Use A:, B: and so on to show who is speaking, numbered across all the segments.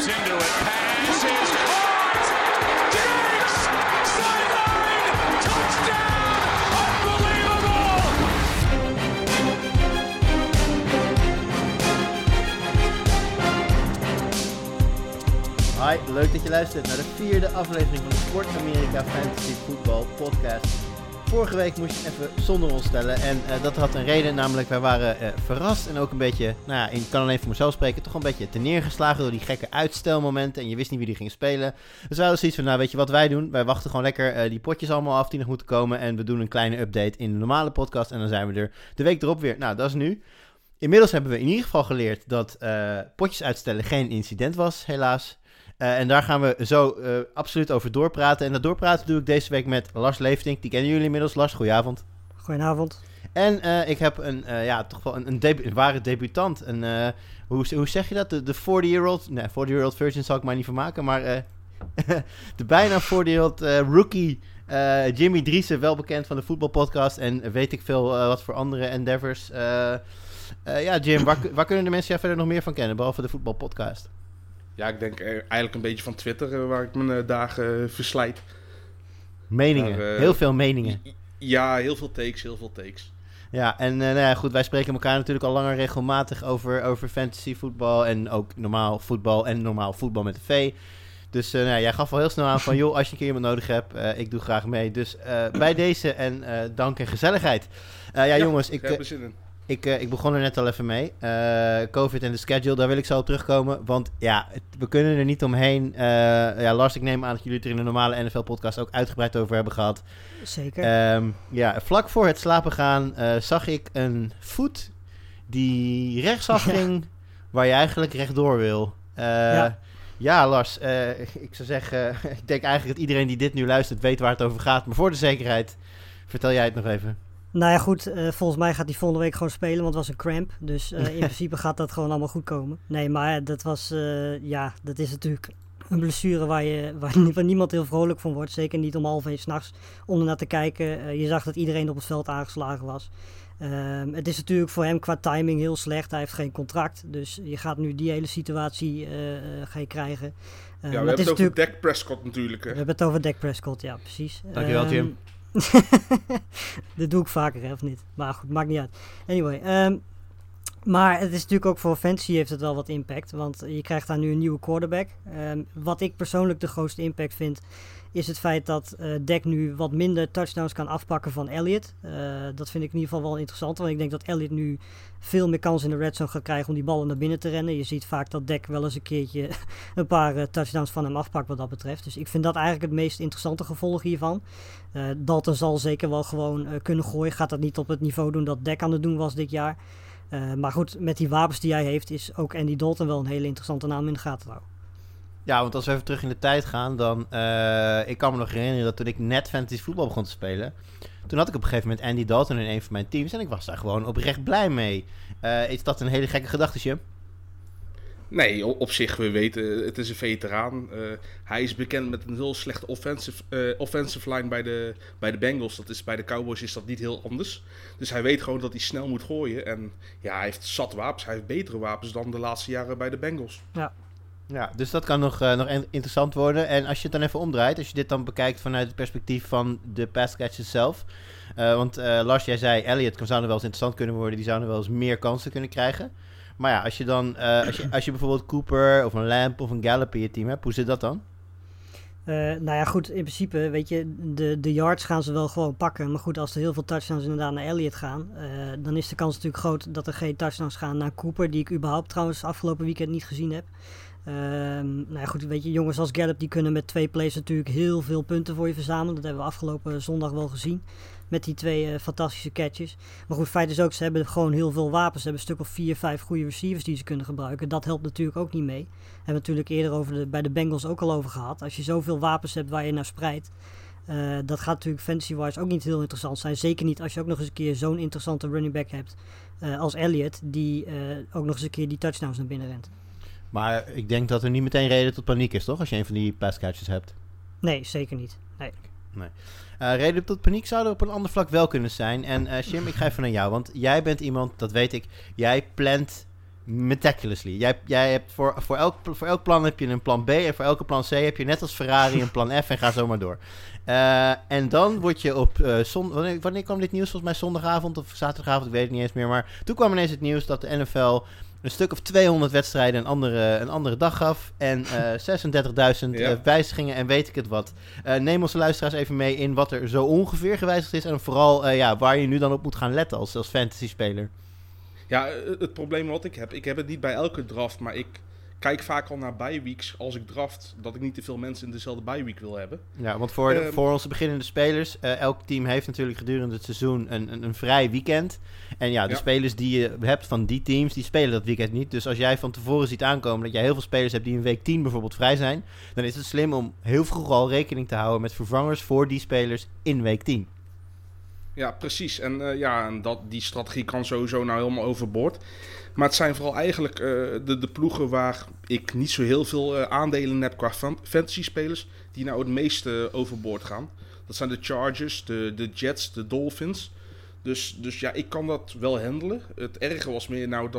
A: into it. Pass is caught. Diggs! Sideline! Touchdown! Unbelievable!
B: Hi, leuk dat je luistert naar de 4e aflevering van de Sport Amerika Fantasy Football Podcast. Vorige week moest je even zonder ons stellen en dat had een reden, namelijk wij waren verrast en ook een beetje, ik kan alleen voor mezelf spreken, toch een beetje te neergeslagen door die gekke uitstelmomenten en je wist niet wie die ging spelen. Dus wij hadden zoiets van, weet je wat wij doen? Wij wachten gewoon lekker die potjes allemaal af die nog moeten komen en we doen een kleine update in de normale podcast en dan zijn we er de week erop weer. Nou, dat is nu. Inmiddels hebben we in ieder geval geleerd dat potjes uitstellen geen incident was, helaas. En daar gaan we zo absoluut over doorpraten. En dat doorpraten doe ik deze week met Lars Leeftink. Die kennen jullie inmiddels. Lars, goedenavond.
C: Goedenavond.
B: En ik heb toch wel een ware debutant. Hoe zeg je dat? De 40-year-old... Nee, 40-year-old version zal ik maar niet van maken. Maar de bijna 40-year-old rookie Jimmy Driessen. Wel bekend van de voetbalpodcast. En weet ik veel wat voor andere endeavors. Jim, waar kunnen de mensen jou verder nog meer van kennen? Behalve de voetbalpodcast?
D: Ja, ik denk eigenlijk een beetje van Twitter, waar ik mijn dagen verslijt.
B: Meningen,
D: maar,
B: heel veel meningen.
D: Ja, heel veel takes.
B: Ja, en goed, wij spreken elkaar natuurlijk al langer regelmatig over fantasy voetbal en ook normaal voetbal met de V. Dus jij gaf al heel snel aan van, joh, als je een keer iemand nodig hebt, ik doe graag mee. Dus bij deze en dank en gezelligheid. Jongens, ik
D: heb er zin in.
B: Ik begon er net al even mee. COVID en de schedule, daar wil ik zo op terugkomen. Want we kunnen er niet omheen. Lars, ik neem aan dat jullie het er in de normale NFL-podcast ook uitgebreid over hebben gehad.
C: Zeker.
B: Vlak voor het slapen gaan zag ik een voet die rechtsaf ging waar je eigenlijk rechtdoor wil. Lars, ik zou zeggen, ik denk eigenlijk dat iedereen die dit nu luistert weet waar het over gaat. Maar voor de zekerheid, vertel jij het nog even.
C: Nou ja, goed. Volgens mij gaat hij volgende week gewoon spelen, want het was een cramp. Dus in principe gaat dat gewoon allemaal goed komen. Nee, maar dat was... dat is natuurlijk een blessure waar niemand heel vrolijk van wordt. Zeker niet om 12:30 s'nachts om ernaar te kijken. Je zag dat iedereen op het veld aangeslagen was. Het is natuurlijk voor hem qua timing heel slecht. Hij heeft geen contract. Dus je gaat nu die hele situatie ga je krijgen.
D: We hebben het over Dak Prescott natuurlijk. Hè?
C: We hebben het over Dak Prescott, ja, precies.
B: Dankjewel, Jim.
C: Dat doe ik vaker, hè, of niet? Maar goed, maakt niet uit. Anyway, maar het is natuurlijk ook voor fantasy heeft het wel wat impact. Want je krijgt daar nu een nieuwe quarterback. Wat ik persoonlijk de grootste impact vind, is het feit dat Dak nu wat minder touchdowns kan afpakken van Elliott. Dat vind ik in ieder geval wel interessant. Want ik denk dat Elliott nu veel meer kans in de red zone gaat krijgen om die ballen naar binnen te rennen. Je ziet vaak dat Dak wel eens een keertje een paar touchdowns van hem afpakt wat dat betreft. Dus ik vind dat eigenlijk het meest interessante gevolg hiervan. Dalton zal zeker wel gewoon kunnen gooien. Gaat dat niet op het niveau doen dat Dak aan het doen was dit jaar. Maar goed, met die wapens die hij heeft is ook Andy Dalton wel een hele interessante naam in de gaten te houden.
B: Ja, want als we even terug in de tijd gaan, dan... ik kan me nog herinneren dat toen ik net fantasy voetbal begon te spelen, toen had ik op een gegeven moment Andy Dalton in een van mijn teams en ik was daar gewoon oprecht blij mee. Is dat een hele gekke gedachte, Jim?
D: Nee, op zich, we weten, het is een veteraan. Hij is bekend met een heel slechte offensive line bij de Bengals. Dat is, bij de Cowboys is dat niet heel anders. Dus hij weet gewoon dat hij snel moet gooien. En ja, hij heeft zat wapens. Hij heeft betere wapens dan de laatste jaren bij de Bengals.
B: Ja, dus dat kan nog interessant worden. En als je het dan even omdraait, als je dit dan bekijkt vanuit het perspectief van de pass catchers zelf. Want Lars, jij zei, Elliott zou nog wel eens interessant kunnen worden. Die zou nog wel eens meer kansen kunnen krijgen. Maar ja, als je dan, als je bijvoorbeeld Cooper of een Lamb of een Gallup in je team hebt, hoe zit dat dan?
C: Goed, in principe, weet je, de yards gaan ze wel gewoon pakken. Maar goed, als er heel veel touchdowns inderdaad naar Elliott gaan, dan is de kans natuurlijk groot dat er geen touchdowns gaan naar Cooper, die ik überhaupt trouwens afgelopen weekend niet gezien heb. Goed, weet je, jongens als Gallup die kunnen met 2 plays natuurlijk heel veel punten voor je verzamelen. Dat hebben we afgelopen zondag wel gezien. Met die 2 fantastische catches. Maar goed, feit is ook, ze hebben gewoon heel veel wapens. Ze hebben een stuk of 4, 5 goede receivers die ze kunnen gebruiken. Dat helpt natuurlijk ook niet mee. Hebben we natuurlijk eerder bij de Bengals ook al over gehad. Als je zoveel wapens hebt waar je naar spreidt. Dat gaat natuurlijk fantasy-wise ook niet heel interessant zijn. Zeker niet als je ook nog eens een keer zo'n interessante running back hebt als Elliott. Die ook nog eens een keer die touchdowns naar binnen rent.
B: Maar ik denk dat er niet meteen reden tot paniek is, toch? Als je een van die passcatches hebt.
C: Nee, zeker niet. Nee.
B: Reden tot paniek zou er op een ander vlak wel kunnen zijn. En Jim, ik ga even naar jou. Want jij bent iemand, dat weet ik, jij plant Meticulously. Jij hebt voor elk plan heb je een plan B en voor elke plan C heb je net als Ferrari een plan F en ga zo maar door. En dan word je op wanneer kwam dit nieuws? Volgens mij zondagavond of zaterdagavond, ik weet het niet eens meer. Maar toen kwam ineens het nieuws dat de NFL een stuk of 200 wedstrijden een andere dag gaf. En 36.000 wijzigingen en weet ik het wat. Neem onze luisteraars even mee in wat er zo ongeveer gewijzigd is. En vooral waar je nu dan op moet gaan letten als fantasy-speler.
D: Ja, het probleem wat ik heb het niet bij elke draft, maar ik kijk vaak al naar bye-weeks als ik draft, dat ik niet te veel mensen in dezelfde bye-week wil hebben.
B: Ja, want voor onze beginnende spelers, elk team heeft natuurlijk gedurende het seizoen een vrij weekend. En de spelers die je hebt van die teams, die spelen dat weekend niet. Dus als jij van tevoren ziet aankomen dat jij heel veel spelers hebt die in week 10 bijvoorbeeld vrij zijn, dan is het slim om heel vroeg al rekening te houden met vervangers voor die spelers in week 10.
D: Ja, precies. En die strategie kan sowieso nou helemaal overboord. Maar het zijn vooral eigenlijk de ploegen waar ik niet zo heel veel aandelen heb qua fantasy-spelers die nou het meeste overboord gaan. Dat zijn de Chargers, de Jets, de Dolphins. Dus ja, ik kan dat wel handelen. Het erge was meer nou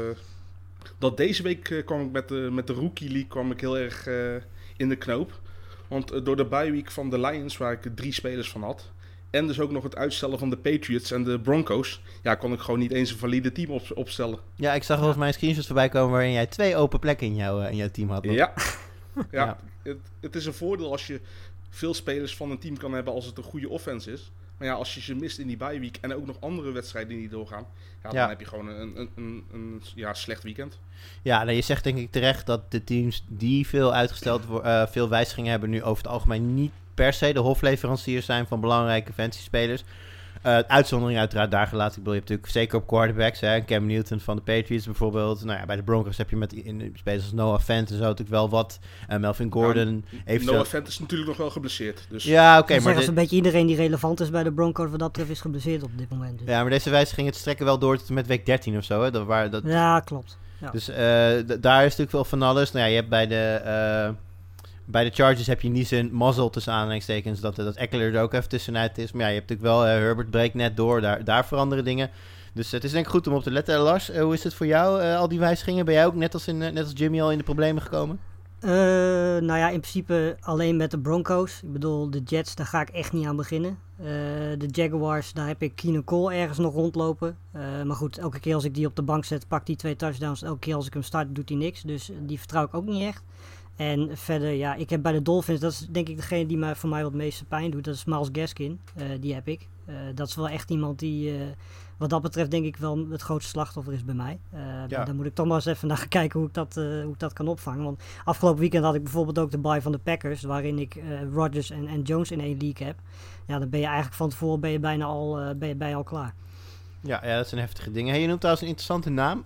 D: dat deze week kwam ik met de Rookie League kwam ik heel erg in de knoop. Want door de bye week van de Lions, waar ik 3 spelers van had, en dus ook nog het uitstellen van de Patriots en de Broncos, kon ik gewoon niet eens een valide team opstellen.
B: Ja, ik zag wel eens mijn screenshots voorbij komen waarin jij 2 open plekken in jouw team had.
D: Ja. Het is een voordeel als je veel spelers van een team kan hebben als het een goede offense is. Maar ja, als je ze mist in die bye week en ook nog andere wedstrijden die doorgaan, dan heb je gewoon een slecht weekend. Ja,
B: je zegt denk ik terecht dat de teams die veel uitgesteld veel wijzigingen hebben nu over het algemeen niet per se de hofleveranciers zijn van belangrijke fantasy-spelers. Uitzondering uiteraard daar gelaten. Ik bedoel, je hebt natuurlijk zeker op quarterbacks, Cam Newton van de Patriots bijvoorbeeld. Nou ja, bij de Broncos heb je met spelers als Noah Fant en zo natuurlijk wel wat. Melvin Gordon.
D: Noah Fant is natuurlijk nog wel geblesseerd. Dus.
B: Ja, oké. Maar
C: een beetje iedereen die relevant is bij de Broncos wat dat betreft is geblesseerd op dit moment. Dus.
B: Ja, maar deze wijzigingen strekken wel door tot met week 13 of zo. Hè?
C: Ja, klopt. Ja.
B: Dus daar is natuurlijk wel van alles. Nou ja, je hebt bij de Chargers heb je in die zin mazzel tussen aanhalingstekens dat Eckler er ook even tussenuit is. Maar ja, je hebt natuurlijk wel Herbert breekt net door, daar veranderen dingen. Dus het is denk ik goed om op te letten. Lars, hoe is het voor jou, al die wijzigingen? Ben jij ook net als Jimmy al in de problemen gekomen?
C: In principe alleen met de Broncos. Ik bedoel, de Jets, daar ga ik echt niet aan beginnen. De Jaguars, daar heb ik Keenan Cole ergens nog rondlopen. Maar goed, elke keer als ik die op de bank zet, pakt die 2 touchdowns. Elke keer als ik hem start, doet hij niks. Dus die vertrouw ik ook niet echt. En verder, ik heb bij de Dolphins, dat is denk ik degene die voor mij wat meeste pijn doet. Dat is Myles Gaskin, die heb ik. Dat is wel echt iemand die, wat dat betreft denk ik wel het grootste slachtoffer is bij mij. Daar moet ik toch maar eens even naar gaan kijken hoe ik dat kan opvangen. Want afgelopen weekend had ik bijvoorbeeld ook de bye van de Packers, waarin ik Rodgers en Jones in 1 league heb. Ja, dan ben je eigenlijk van tevoren bijna al klaar.
B: Ja, dat zijn heftige dingen. Je noemt trouwens een interessante naam.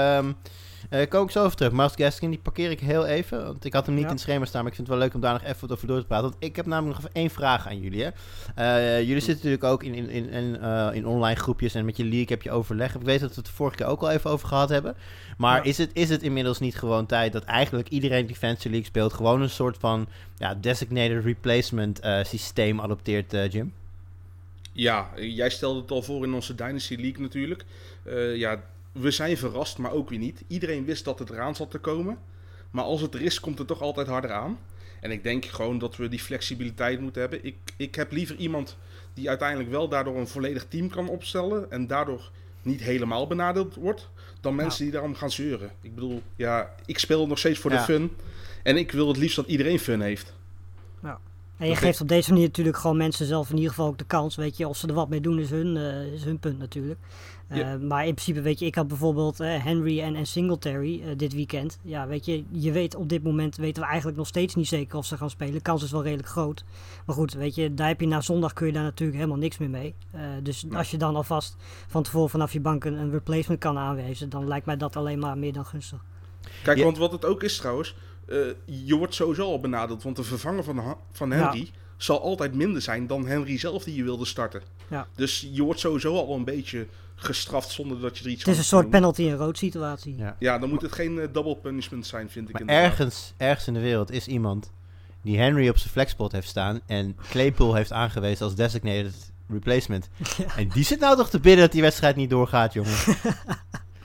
B: Kom ik zo even terug. Myles Gaskin, die parkeer ik heel even. Want ik had hem niet in het schema staan, maar ik vind het wel leuk om daar nog even wat over door te praten. Want ik heb namelijk nog even 1 vraag aan jullie. Jullie zitten natuurlijk ook in online groepjes en met je league heb je overleg. Ik weet dat we het de vorige keer ook al even over gehad hebben. Maar is het inmiddels niet gewoon tijd dat eigenlijk iedereen die Fantasy League speelt gewoon een soort van designated replacement systeem adopteert, Jim?
D: Ja, jij stelde het al voor in onze Dynasty League natuurlijk. We zijn verrast, maar ook weer niet. Iedereen wist dat het eraan zat te komen. Maar als het er is, komt het toch altijd harder aan. En ik denk gewoon dat we die flexibiliteit moeten hebben. Ik heb liever iemand die uiteindelijk wel daardoor een volledig team kan opstellen. En daardoor niet helemaal benadeeld wordt. Dan mensen die daarom gaan zeuren. Ik bedoel, ik speel nog steeds voor de fun. En ik wil het liefst dat iedereen fun heeft.
C: Ja. En je geeft op deze manier natuurlijk gewoon mensen zelf in ieder geval ook de kans. Weet je, of ze er wat mee doen is hun punt natuurlijk. Maar in principe, weet je, ik had bijvoorbeeld Henry en Singletary dit weekend. Ja, weet je weet op dit moment weten we eigenlijk nog steeds niet zeker of ze gaan spelen. De kans is wel redelijk groot. Maar goed, weet je, daar heb je na zondag kun je daar natuurlijk helemaal niks meer mee. Dus als je dan alvast van tevoren vanaf je bank een replacement kan aanwijzen, dan lijkt mij dat alleen maar meer dan gunstig.
D: Kijk, want wat het ook is trouwens, je wordt sowieso al benadeeld, want de vervanger van Henry zal altijd minder zijn dan Henry zelf die je wilde starten. Ja. Dus je wordt sowieso al een beetje gestraft zonder dat je er iets van
C: Het is een soort penalty en rood situatie.
D: Ja, dan moet het geen double punishment zijn, vind ik.
B: Maar ergens in de wereld is iemand die Henry op zijn flexpot heeft staan en Claypool heeft aangewezen als designated replacement. Ja. En die zit nou toch te bidden dat die wedstrijd niet doorgaat, jongen.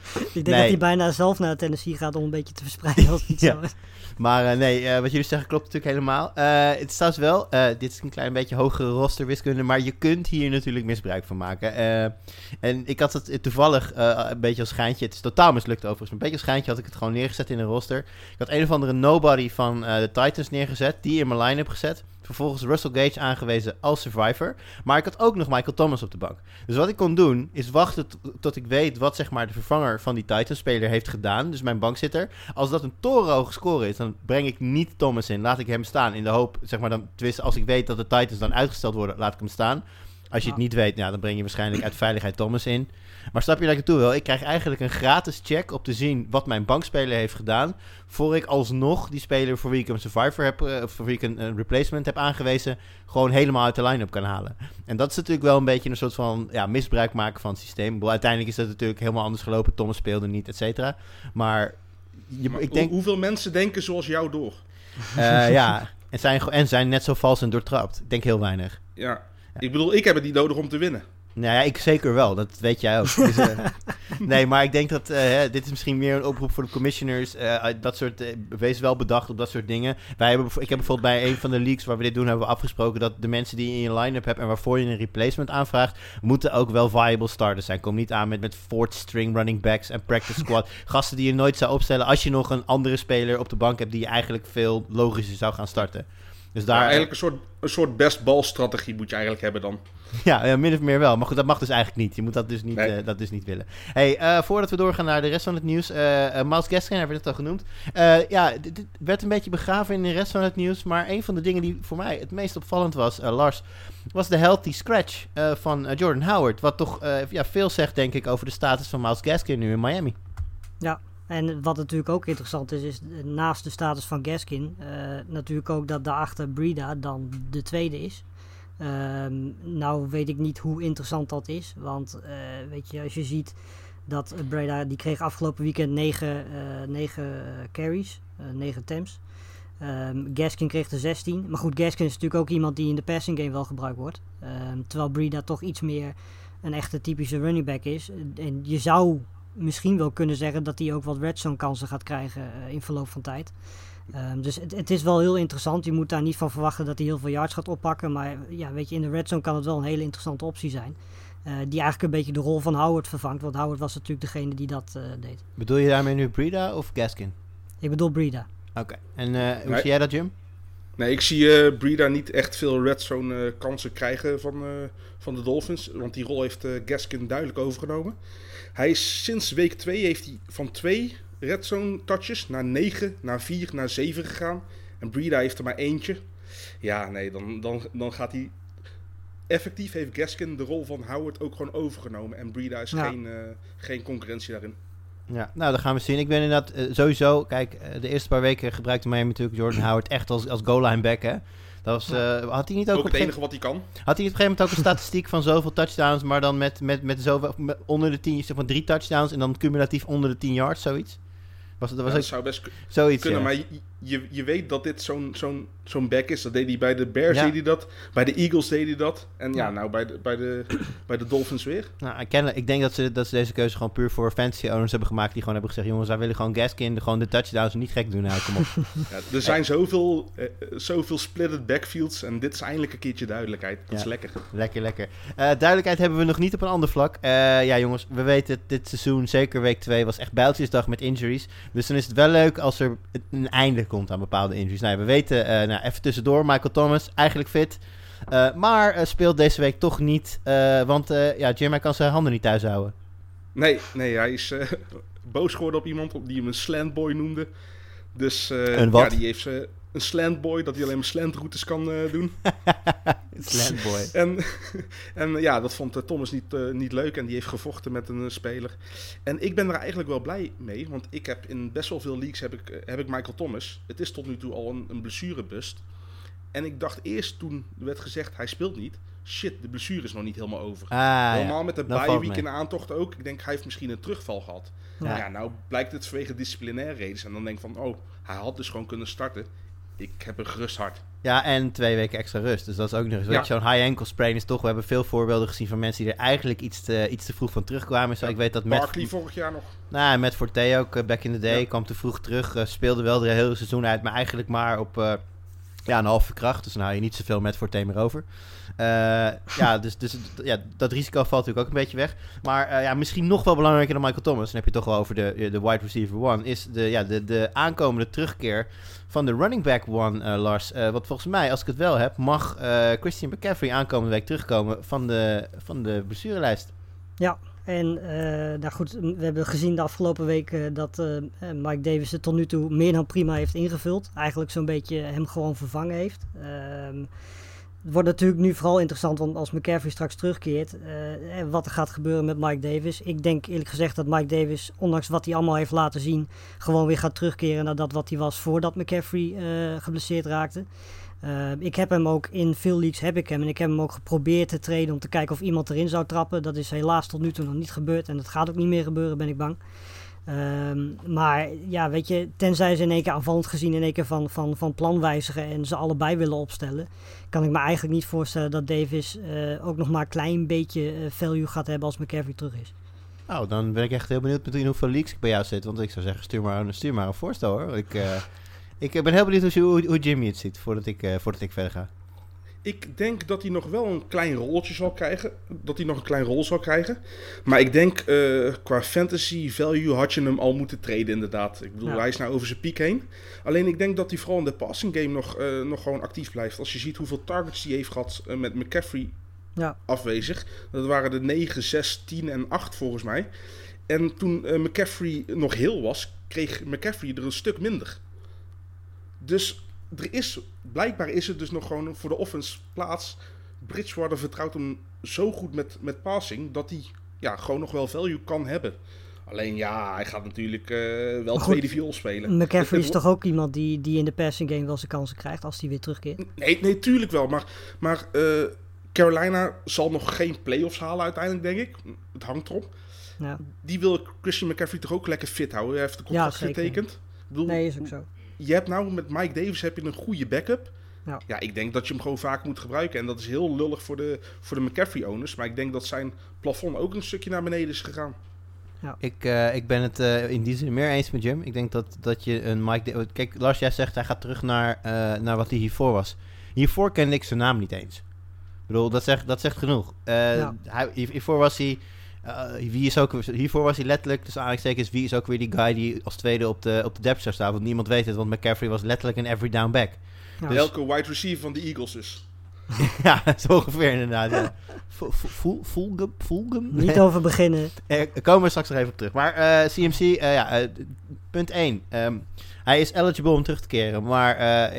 C: Ik denk dat hij bijna zelf naar Tennessee gaat om een beetje te verspreiden als het niet zo is.
B: Maar wat jullie zeggen klopt natuurlijk helemaal. Het staat wel, dit is een klein beetje hogere rosterwiskunde, maar je kunt hier natuurlijk misbruik van maken. En ik had het toevallig een beetje als schijntje, het is totaal mislukt overigens, maar een beetje als schijntje had ik het gewoon neergezet in een roster. Ik had een of andere nobody van de Titans neergezet, die in mijn line-up gezet. Vervolgens Russell Gage aangewezen als survivor. Maar ik had ook nog Michael Thomas op de bank. Dus wat ik kon doen, is wachten tot ik weet wat zeg maar de vervanger van die Titans-speler heeft gedaan. Dus mijn bankzitter. Als dat een torenhoge score is, dan breng ik niet Thomas in. Laat ik hem staan in de hoop, zeg maar, als ik weet dat de Titans dan uitgesteld worden, laat ik hem staan. Als je het niet weet, dan breng je waarschijnlijk uit veiligheid Thomas in. Maar snap je waar ik naartoe wil? Ik krijg eigenlijk een gratis check op te zien wat mijn bankspeler heeft gedaan, voor ik alsnog die speler voor wie ik een survivor heb, of voor wie ik een replacement heb aangewezen, gewoon helemaal uit de line-up kan halen. En dat is natuurlijk wel een beetje een soort van misbruik maken van het systeem. Ik bedoel, uiteindelijk is dat natuurlijk helemaal anders gelopen. Thomas speelde niet, et cetera. Maar ik denk...
D: Hoeveel mensen denken zoals jou door?
B: En zijn net zo vals en doortrapt. Ik denk heel weinig.
D: Ja. Ik bedoel, ik heb het niet nodig om te winnen.
B: Nou ja, ik zeker wel. Dat weet jij ook. Dus, nee, maar ik denk dat dit is misschien meer een oproep voor de commissioners. Dat soort, wees wel bedacht op dat soort dingen. Ik heb bijvoorbeeld bij een van de leagues waar we dit doen, hebben we afgesproken dat de mensen die je in je line-up hebt en waarvoor je een replacement aanvraagt, moeten ook wel viable starters zijn. Kom niet aan met fourth string running backs en practice squad. Gasten die je nooit zou opstellen als je nog een andere speler op de bank hebt die je eigenlijk veel logischer zou gaan starten. Dus daar
D: eigenlijk een soort best ball strategie moet je eigenlijk hebben dan.
B: Ja, min of meer wel. Maar goed, dat mag dus eigenlijk niet. Je moet dat dus niet, dat dus niet willen. Hey, voordat we doorgaan naar de rest van het nieuws. Myles Gaskin hebben we het al genoemd. Dit werd een beetje begraven in de rest van het nieuws. Maar een van de dingen die voor mij het meest opvallend was, Lars, was de healthy scratch van Jordan Howard. Wat toch veel zegt, denk ik, over de status van Myles Gaskin nu in Miami.
C: Ja. En wat natuurlijk ook interessant is naast de status van Gaskin, natuurlijk ook dat daarachter Breida dan de tweede is. Nou weet ik niet hoe interessant dat is, want weet je, als je ziet dat Breida, die kreeg afgelopen weekend 9 carries, 9 attempts. Gaskin kreeg er 16, maar goed, Gaskin is natuurlijk ook iemand die in de passing game wel gebruikt wordt. Terwijl Breida toch iets meer een echte typische running back is. En je zou misschien wel kunnen zeggen dat hij ook wat red zone kansen gaat krijgen in verloop van tijd. Dus het is wel heel interessant. Je moet daar niet van verwachten dat hij heel veel yards gaat oppakken. Maar ja, weet je, in de red zone kan het wel een hele interessante optie zijn. Die eigenlijk een beetje de rol van Howard vervangt. Want Howard was natuurlijk degene die dat deed.
B: Bedoel je daarmee nu Breida of Gaskin?
C: Ik bedoel Breida.
B: Oké. En hoe zie jij dat, Jim?
D: Nee, ik zie Breida niet echt veel red zone kansen krijgen van de Dolphins. Want die rol heeft Gaskin duidelijk overgenomen. Hij is sinds week 2 heeft hij van 2 red zone touches naar 9, naar 4, naar 7 gegaan. En Breida heeft er maar eentje. Ja, nee, dan gaat hij... Effectief heeft Gaskin de rol van Howard ook gewoon overgenomen. En Breida is geen concurrentie daarin.
B: Ja, nou, dat gaan we zien. Ik ben inderdaad sowieso... Kijk, de eerste paar weken gebruikte Miami natuurlijk Jordan Howard echt als goal line back, hè? Dat was, had hij niet ook
D: het enige wat hij kan.
B: Had hij op een gegeven moment ook een statistiek van zoveel touchdowns, maar dan met zoveel, onder de 10, zeg maar 3 touchdowns en dan cumulatief onder de 10 yards, zoiets?
D: Dat zou best
B: zoiets
D: kunnen,
B: ja.
D: Maar je weet dat dit zo'n back is. Dat deed hij bij de Bears, deed hij dat. Bij de Eagles deed hij dat. En nou bij de Dolphins weer.
B: Nou, ik denk dat ze deze keuze gewoon puur voor fantasy owners hebben gemaakt. Die gewoon hebben gezegd, jongens, wij willen gewoon Gaskin, gewoon de touchdowns niet gek doen. Nou, kom op.
D: Ja, er zijn zoveel splitted backfields. En dit is eindelijk een keertje duidelijkheid. Dat is lekker.
B: Lekker. Duidelijkheid hebben we nog niet op een ander vlak. Ja, jongens, we weten dit seizoen, zeker week 2, was echt bijltjesdag met injuries. Dus dan is het wel leuk als er een einde komt aan bepaalde injuries. Nou, we weten, even tussendoor, Michael Thomas, eigenlijk fit. Maar speelt deze week toch niet. Want Jim kan zijn handen niet thuis houden.
D: Nee, hij is boos geworden op iemand die hem een slantboy noemde. Dus
B: een wat?
D: die heeft een slantboy, dat hij alleen maar slantroutes kan doen.
B: Slantboy.
D: En dat vond Thomas niet leuk en die heeft gevochten met een speler. En ik ben er eigenlijk wel blij mee, want ik heb in best wel veel leagues heb ik Michael Thomas. Het is tot nu toe al een blessurebust. En ik dacht eerst toen er werd gezegd hij speelt niet, shit, de blessure is nog niet helemaal over. Normaal met de bye week in de aantocht ook. Ik denk hij heeft misschien een terugval gehad. Ja, nou blijkt het vanwege disciplinaire redenen. En dan denk ik van, hij had dus gewoon kunnen starten. ik heb een gerust hart.
B: Ja, en 2 weken extra rust. Dus dat is ook nog eens. Weet je, zo'n high ankle sprain is toch... We hebben veel voorbeelden gezien van mensen die er eigenlijk iets te vroeg van terugkwamen. Zo, ik weet dat
D: Barkley vorig jaar nog.
B: Nou, Matt Forte ook, back in the day, kwam te vroeg terug. Speelde wel het hele seizoen uit, maar eigenlijk maar op een halve kracht. Dus dan hou je niet zoveel Matt Forte meer over. Dus dat risico valt natuurlijk ook een beetje weg. Maar misschien nog wel belangrijker dan Michael Thomas... dan heb je toch wel over de wide receiver one... is de aankomende terugkeer van de running back one, Lars. Want volgens mij, als ik het wel heb... mag Christian McCaffrey aankomende week terugkomen van de blessurelijst.
C: Ja, en we hebben gezien de afgelopen week dat Mike Davis het tot nu toe meer dan prima heeft ingevuld. Eigenlijk zo'n beetje hem gewoon vervangen heeft. Het wordt natuurlijk nu vooral interessant, want als McCaffrey straks terugkeert, wat er gaat gebeuren met Mike Davis. Ik denk eerlijk gezegd dat Mike Davis, ondanks wat hij allemaal heeft laten zien, gewoon weer gaat terugkeren naar dat wat hij was voordat McCaffrey geblesseerd raakte. Ik heb hem ook in veel leagues en ik heb hem ook geprobeerd te traden om te kijken of iemand erin zou trappen. Dat is helaas tot nu toe nog niet gebeurd en dat gaat ook niet meer gebeuren, ben ik bang. Maar ja, weet je, tenzij ze in één keer aanvallend gezien in één keer van plan wijzigen en ze allebei willen opstellen, kan ik me eigenlijk niet voorstellen dat Davis ook nog maar een klein beetje value gaat hebben als McCaffrey terug is.
B: Nou, dan ben ik echt heel benieuwd in hoeveel leaks ik bij jou zit. Want ik zou zeggen, stuur maar een voorstel hoor. Ik ben heel benieuwd hoe Jimmy het ziet voordat ik verder ga.
D: Ik denk dat hij nog wel een klein rolletje zal krijgen. Dat hij nog een klein rol zal krijgen. Maar ik denk, qua fantasy value had je hem al moeten traden inderdaad. Ik bedoel, hij is nou over zijn piek heen. Alleen ik denk dat hij vooral in de passing game nog gewoon actief blijft. Als je ziet hoeveel targets hij heeft gehad met McCaffrey afwezig. Dat waren de 9, 6, 10 en 8 volgens mij. En toen McCaffrey nog heel was, kreeg McCaffrey er een stuk minder. Dus blijkbaar is het dus nog gewoon voor de offense plaats. Bridgewater vertrouwt hem zo goed met passing dat hij gewoon nog wel value kan hebben. Alleen hij gaat natuurlijk wel tweede viool spelen.
C: McCaffrey is toch ook iemand die in de passing game wel zijn kansen krijgt als hij weer terugkeert?
D: Nee, tuurlijk wel. Maar Carolina zal nog geen playoffs halen uiteindelijk, denk ik. Het hangt erop. Ja. Die wil Christian McCaffrey toch ook lekker fit houden. Hij heeft de contract getekend. Ik bedoel,
C: is ook zo.
D: Je hebt nou met Mike Davis een goede backup. Ja, ik denk dat je hem gewoon vaak moet gebruiken. En dat is heel lullig voor de McCaffrey-owners. Maar ik denk dat zijn plafond ook een stukje naar beneden is gegaan.
B: Ja. Ik ben het in die zin meer eens met Jim. Ik denk dat je een Mike Davis... Kijk, Lars, jij zegt hij gaat terug naar wat hij hiervoor was. Hiervoor kende ik zijn naam niet eens. Ik bedoel, dat zegt genoeg. Hiervoor was hij... hiervoor was hij letterlijk, dus aanhalingstekens, wie is ook weer die guy die als tweede op de depth chart staat, want niemand weet het, want McCaffrey was letterlijk een every down back.
D: Ja. Dus elke wide receiver van de Eagles dus.
B: Ja, zo ongeveer inderdaad. Ja. Fulgham?
C: Niet over beginnen.
B: Komen we straks nog even op terug. Maar CMC, punt 1. Hij is eligible om terug te keren, maar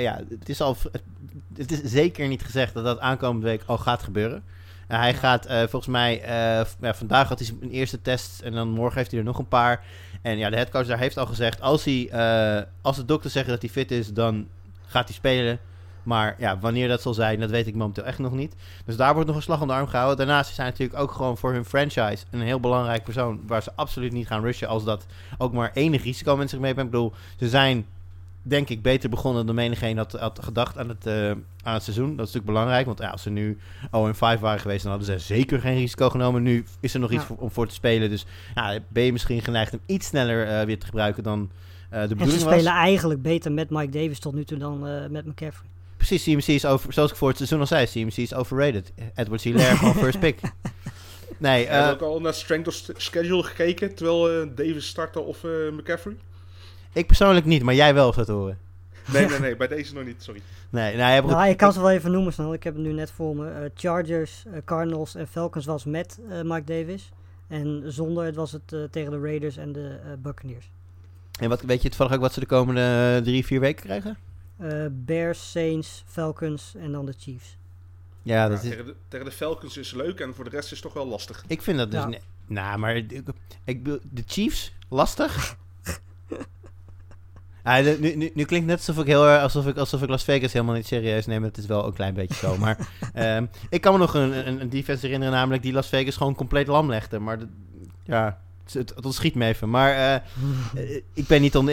B: het is zeker niet gezegd dat aankomende week al gaat gebeuren. Hij gaat volgens mij... vandaag had hij zijn eerste test en dan morgen heeft hij er nog een paar. En de headcoach daar heeft al gezegd... Als de dokter zeggen dat hij fit is, dan gaat hij spelen. Maar wanneer dat zal zijn, dat weet ik momenteel echt nog niet. Dus daar wordt nog een slag om de arm gehouden. Daarnaast zijn natuurlijk ook gewoon voor hun franchise een heel belangrijk persoon... waar ze absoluut niet gaan rushen als dat ook maar enig risico met zich meebrengt. Ik bedoel, ze zijn... denk ik beter begonnen dan menigeen had gedacht aan het seizoen. Dat is natuurlijk belangrijk, want als ze nu 0-5 waren geweest, dan hadden ze zeker geen risico genomen. Nu is er nog iets om voor te spelen. Dus ben je misschien geneigd hem iets sneller weer te gebruiken dan de bedoeling was.
C: En ze spelen eigenlijk beter met Mike Davis tot nu toe dan met McCaffrey.
B: Precies, CMC is zoals ik voor het seizoen al zei, CMC is overrated. Edwards Hilaire gewoon first pick. Nee,
D: heb je ook al naar strength of schedule gekeken, terwijl Davis startte of McCaffrey?
B: Ik persoonlijk niet, maar jij wel of dat horen.
D: Nee, bij deze nog niet, sorry.
C: Ik kan ze wel even noemen snel. Ik heb het nu net voor me. Chargers, Cardinals en Falcons was met Mike Davis. En zonder het was het tegen de Raiders en de Buccaneers.
B: En weet je toevallig ook wat ze de komende 3-4 weken krijgen?
C: Bears, Saints, Falcons en dan de Chiefs.
B: Ja, dat is...
D: Tegen de Falcons is leuk en voor de rest is het toch wel lastig.
B: Ik vind dat dus... maar de Chiefs, lastig? Nu klinkt net alsof ik Las Vegas helemaal niet serieus neem. Het is wel een klein beetje zo. Maar ik kan me nog een defense herinneren, namelijk die Las Vegas gewoon compleet lam legde. Maar het Het ontschiet me even. Maar ik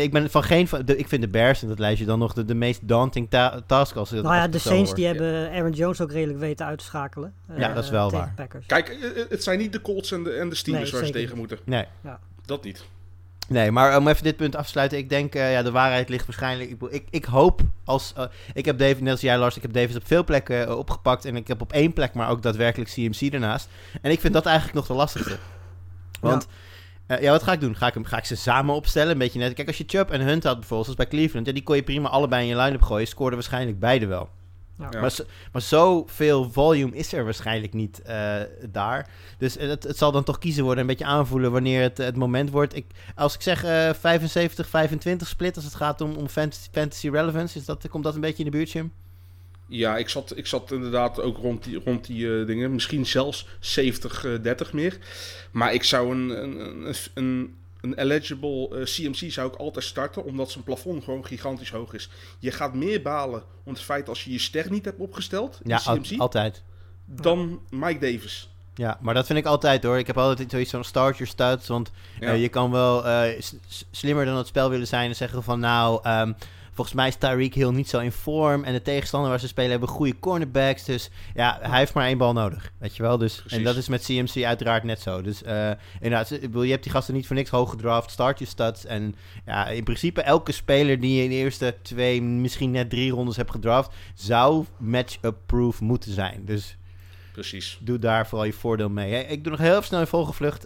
B: vind de Bears, en dat lijst je dan nog de meest daunting task. Als
C: Nou ja, de Saints die hebben Aaron Jones ook redelijk weten uit te schakelen.
B: Ja, dat is wel waar.
C: Packers.
D: Kijk, het zijn niet de Colts en de Steelers waar ze tegen moeten.
B: Nee.
C: Ja.
D: Dat niet.
B: Nee, maar om even dit punt af te sluiten. Ik denk, de waarheid ligt waarschijnlijk... Ik hoop ik heb David, net als jij Lars, ik heb David op veel plekken opgepakt. En ik heb op 1 plek maar ook daadwerkelijk CMC ernaast. En ik vind dat eigenlijk nog de lastigste. Want... wat ga ik doen? Ga ik ze samen opstellen? Een beetje net. Kijk, als je Chubb en Hunt had bijvoorbeeld, zoals bij Cleveland, die kon je prima allebei in je line-up gooien. Scoorden waarschijnlijk beide wel.
C: Ja.
B: Maar zoveel volume is er waarschijnlijk niet daar. Dus het zal dan toch kiezen worden, een beetje aanvoelen wanneer het moment wordt. Als ik zeg 75-25 split, als het gaat om fantasy relevance, komt dat een beetje in de buurt, Jim?
D: Ja, ik zat inderdaad ook rond die dingen. Misschien zelfs 70-30 meer. Maar ik zou een eligible CMC zou ik altijd starten, omdat zijn plafond gewoon gigantisch hoog is. Je gaat meer balen om het feit als je je ster niet hebt opgesteld in CMC,
B: altijd.
D: Dan Mike Davis.
B: Ja, maar dat vind ik altijd hoor. Ik heb altijd zoiets van start your studs, want je kan wel slimmer dan het spel willen zijn en zeggen van volgens mij is Tyreek Hill niet zo in vorm. En de tegenstander waar ze spelen hebben goede cornerbacks. Dus ja, hij heeft maar 1 bal nodig. Weet je wel? Dus, en dat is met CMC uiteraard net zo. Dus inderdaad, je hebt die gasten niet voor niks hoog gedraft. Start je stats. En ja, in principe elke speler die je in de eerste 2, misschien net 3 rondes hebt gedraft, zou match-up-proof moeten zijn. Dus
D: precies.
B: Doe daar vooral je voordeel mee. Ik doe nog heel snel in vogelvlucht.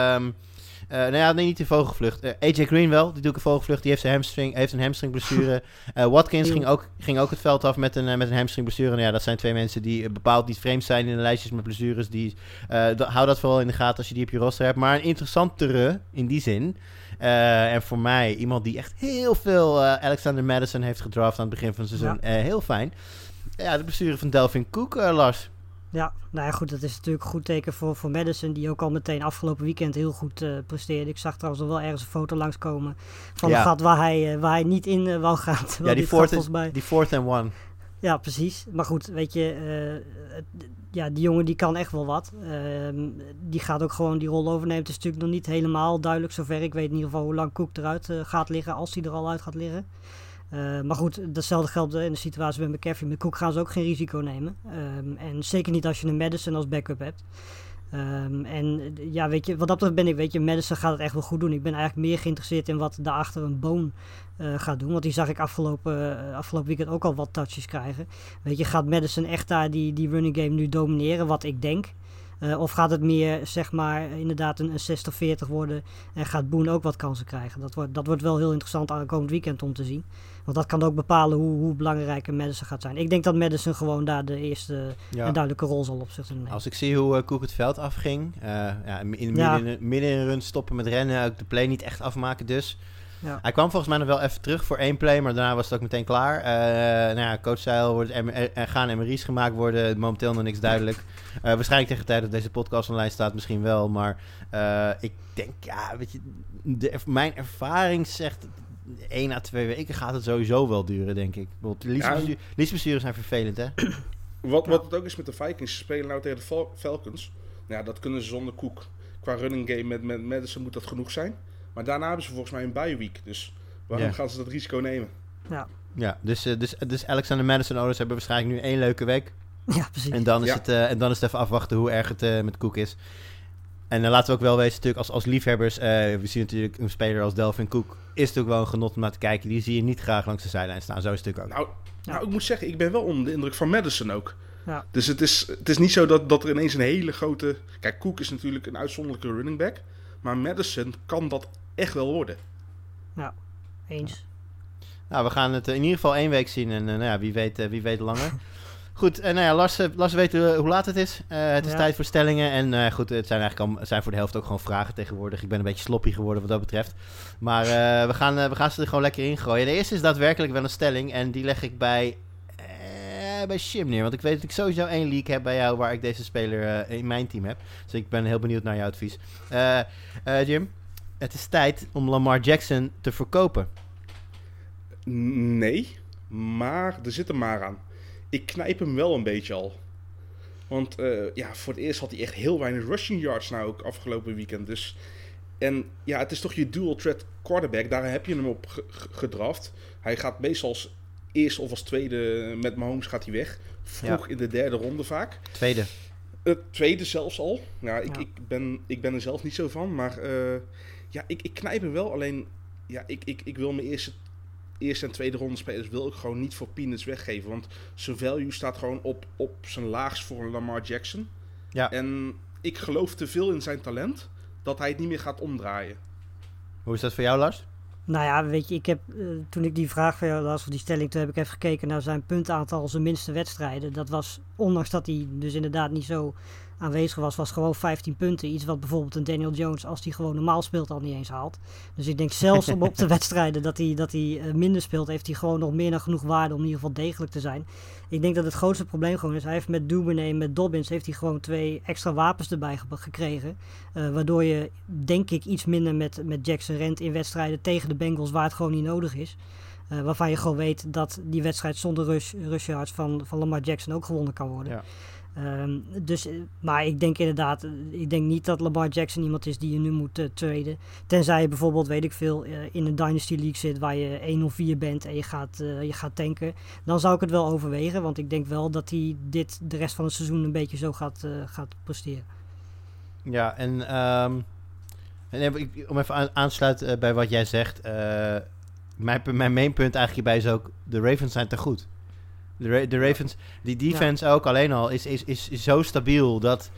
B: Niet in vogelvlucht. AJ Green wel, die doe ik in vogelvlucht. Die heeft een hamstringblessure. Watkins ging ook het veld af met een hamstringblessure. Nou ja, dat zijn 2 mensen die bepaald niet vreemd zijn in de lijstjes met blessures. Hou dat vooral in de gaten als je die op je roster hebt. Maar een interessantere in die zin. En voor mij iemand die echt heel veel Alexander Madison heeft gedraft aan het begin van het seizoen. Heel fijn. Ja, de blessure van Dalvin Cook, Lars.
C: Ja, nou ja, goed, dat is natuurlijk een goed teken voor Madison, die ook al meteen afgelopen weekend heel goed presteerde. Ik zag trouwens nog wel ergens een foto langskomen van een gat waar hij niet in wou gaan.
B: Ja, die 4th and 1.
C: Ja, precies. Maar goed, weet je, die jongen die kan echt wel wat. Die gaat ook gewoon die rol overnemen. Het is natuurlijk nog niet helemaal duidelijk zover. Ik weet in ieder geval hoe lang Cook eruit gaat liggen, als hij er al uit gaat liggen. Maar goed, datzelfde geldt in de situatie met McCaffrey. Met Cook gaan ze ook geen risico nemen. En zeker niet als je een Madison als backup hebt. En ja, weet je, wat dat betreft Madison gaat het echt wel goed doen. Ik ben eigenlijk meer geïnteresseerd in wat daarachter een Boone gaat doen. Want die zag ik afgelopen weekend ook al wat touches krijgen. Weet je, gaat Madison echt daar die running game nu domineren, wat ik denk? Of gaat het meer, zeg maar, inderdaad een 60-40 worden en gaat Boone ook wat kansen krijgen? Dat wordt wel heel interessant aankomend weekend om te zien. Want dat kan ook bepalen hoe belangrijk Madison gaat zijn. Ik denk dat Madison gewoon daar de eerste een duidelijke rol zal op zich nemen.
B: Als ik zie hoe Cook het veld afging, midden in een run stoppen met rennen, ook de play niet echt afmaken dus. Ja. Hij kwam volgens mij nog wel even terug voor 1 play, maar daarna was het ook meteen klaar. Coach zei al, gaan MRI's gemaakt worden, momenteel nog niks duidelijk. Waarschijnlijk tegen de tijd dat deze podcast online staat misschien wel, maar ik denk, weet je, mijn ervaring zegt 1 à 2 weken gaat het sowieso wel duren, denk ik. Liesbesturen zijn vervelend, hè?
D: Wat het ook is met de Vikings, ze spelen nou tegen de Falcons. Ja, dat kunnen ze zonder Cook. Qua running game met Madison moet dat genoeg zijn. Maar daarna hebben ze volgens mij een bye week. Dus waarom gaan ze dat risico nemen?
B: Ja, dus Alexander Madison owners hebben waarschijnlijk nu 1 leuke week.
C: Ja, precies.
B: En dan is het even afwachten hoe erg het met Cook is. En dan laten we ook wel wezen, natuurlijk als liefhebbers, we zien natuurlijk een speler als Dalvin Cook, is natuurlijk wel een genot om naar te kijken. Die zie je niet graag langs de zijlijn staan, zo is het natuurlijk ook.
D: Nou, ik moet zeggen, ik ben wel onder de indruk van Madison ook.
C: Ja.
D: Dus het is niet zo dat er ineens een hele grote... Kijk, Cook is natuurlijk een uitzonderlijke running back, maar Madison kan dat echt wel worden.
C: Ja, eens.
B: Nou, we gaan het in ieder geval 1 week zien en wie weet langer. Goed, Lars weet hoe laat het is. Het is tijd voor stellingen. En goed, het zijn eigenlijk zijn voor de helft ook gewoon vragen tegenwoordig. Ik ben een beetje sloppy geworden wat dat betreft. Maar we gaan ze er gewoon lekker in gooien. De eerste is daadwerkelijk wel een stelling. En die leg ik bij Shim neer. Want ik weet dat ik sowieso 1 league heb bij jou waar ik deze speler in mijn team heb. Dus ik ben heel benieuwd naar jouw advies. Jim, het is tijd om Lamar Jackson te verkopen.
D: Nee, maar er zit een maar aan. Ik knijp hem wel een beetje al. Want voor het eerst had hij echt heel weinig rushing yards nou ook afgelopen weekend. Dus En ja, het is toch je dual threat quarterback. Daar heb je hem op gedraft. Hij gaat meestal als eerste of als tweede met Mahomes gaat hij weg. Vroeg in de derde ronde vaak. Tweede zelfs al. Nou, ik ben er zelf niet zo van. Maar ik knijp hem wel. Alleen, ja, ik wil mijn eerste en tweede ronde spelers wil ik gewoon niet voor peanuts weggeven. Want zijn value staat gewoon op zijn laagst voor Lamar Jackson.
B: Ja.
D: En ik geloof te veel in zijn talent dat hij het niet meer gaat omdraaien.
B: Hoe is dat voor jou, Lars?
C: Nou ja, weet je, ik heb toen ik die vraag van jou las, of die stelling, toen heb ik even gekeken naar zijn puntaantal, zijn minste wedstrijden. Dat was, ondanks dat hij dus inderdaad niet zo aanwezig was gewoon 15 punten. Iets wat bijvoorbeeld een Daniel Jones, als hij gewoon normaal speelt, al niet eens haalt. Dus ik denk zelfs op de wedstrijden dat hij minder speelt, heeft hij gewoon nog meer dan genoeg waarde om in ieder geval degelijk te zijn. Ik denk dat het grootste probleem gewoon is, hij heeft met Duvernay en met Dobbins heeft hij gewoon 2 extra wapens erbij gekregen. Waardoor je, denk ik, iets minder met Jackson rent in wedstrijden tegen de Bengals waar het gewoon niet nodig is. Waarvan je gewoon weet dat die wedstrijd zonder rush yards van Lamar Jackson ook gewonnen kan worden.
B: Ja.
C: Maar ik denk inderdaad, ik denk niet dat Lamar Jackson iemand is die je nu moet traden. Tenzij je bijvoorbeeld, weet ik veel, in een Dynasty League zit waar je 1-4 bent en je gaat tanken. Dan zou ik het wel overwegen, want ik denk wel dat hij dit de rest van het seizoen een beetje zo gaat presteren.
B: Ja, en om even aan te sluiten bij wat jij zegt. Mijn main punt eigenlijk hierbij is ook, de Ravens zijn te goed. De Ravens, die defense ook alleen al is zo stabiel dat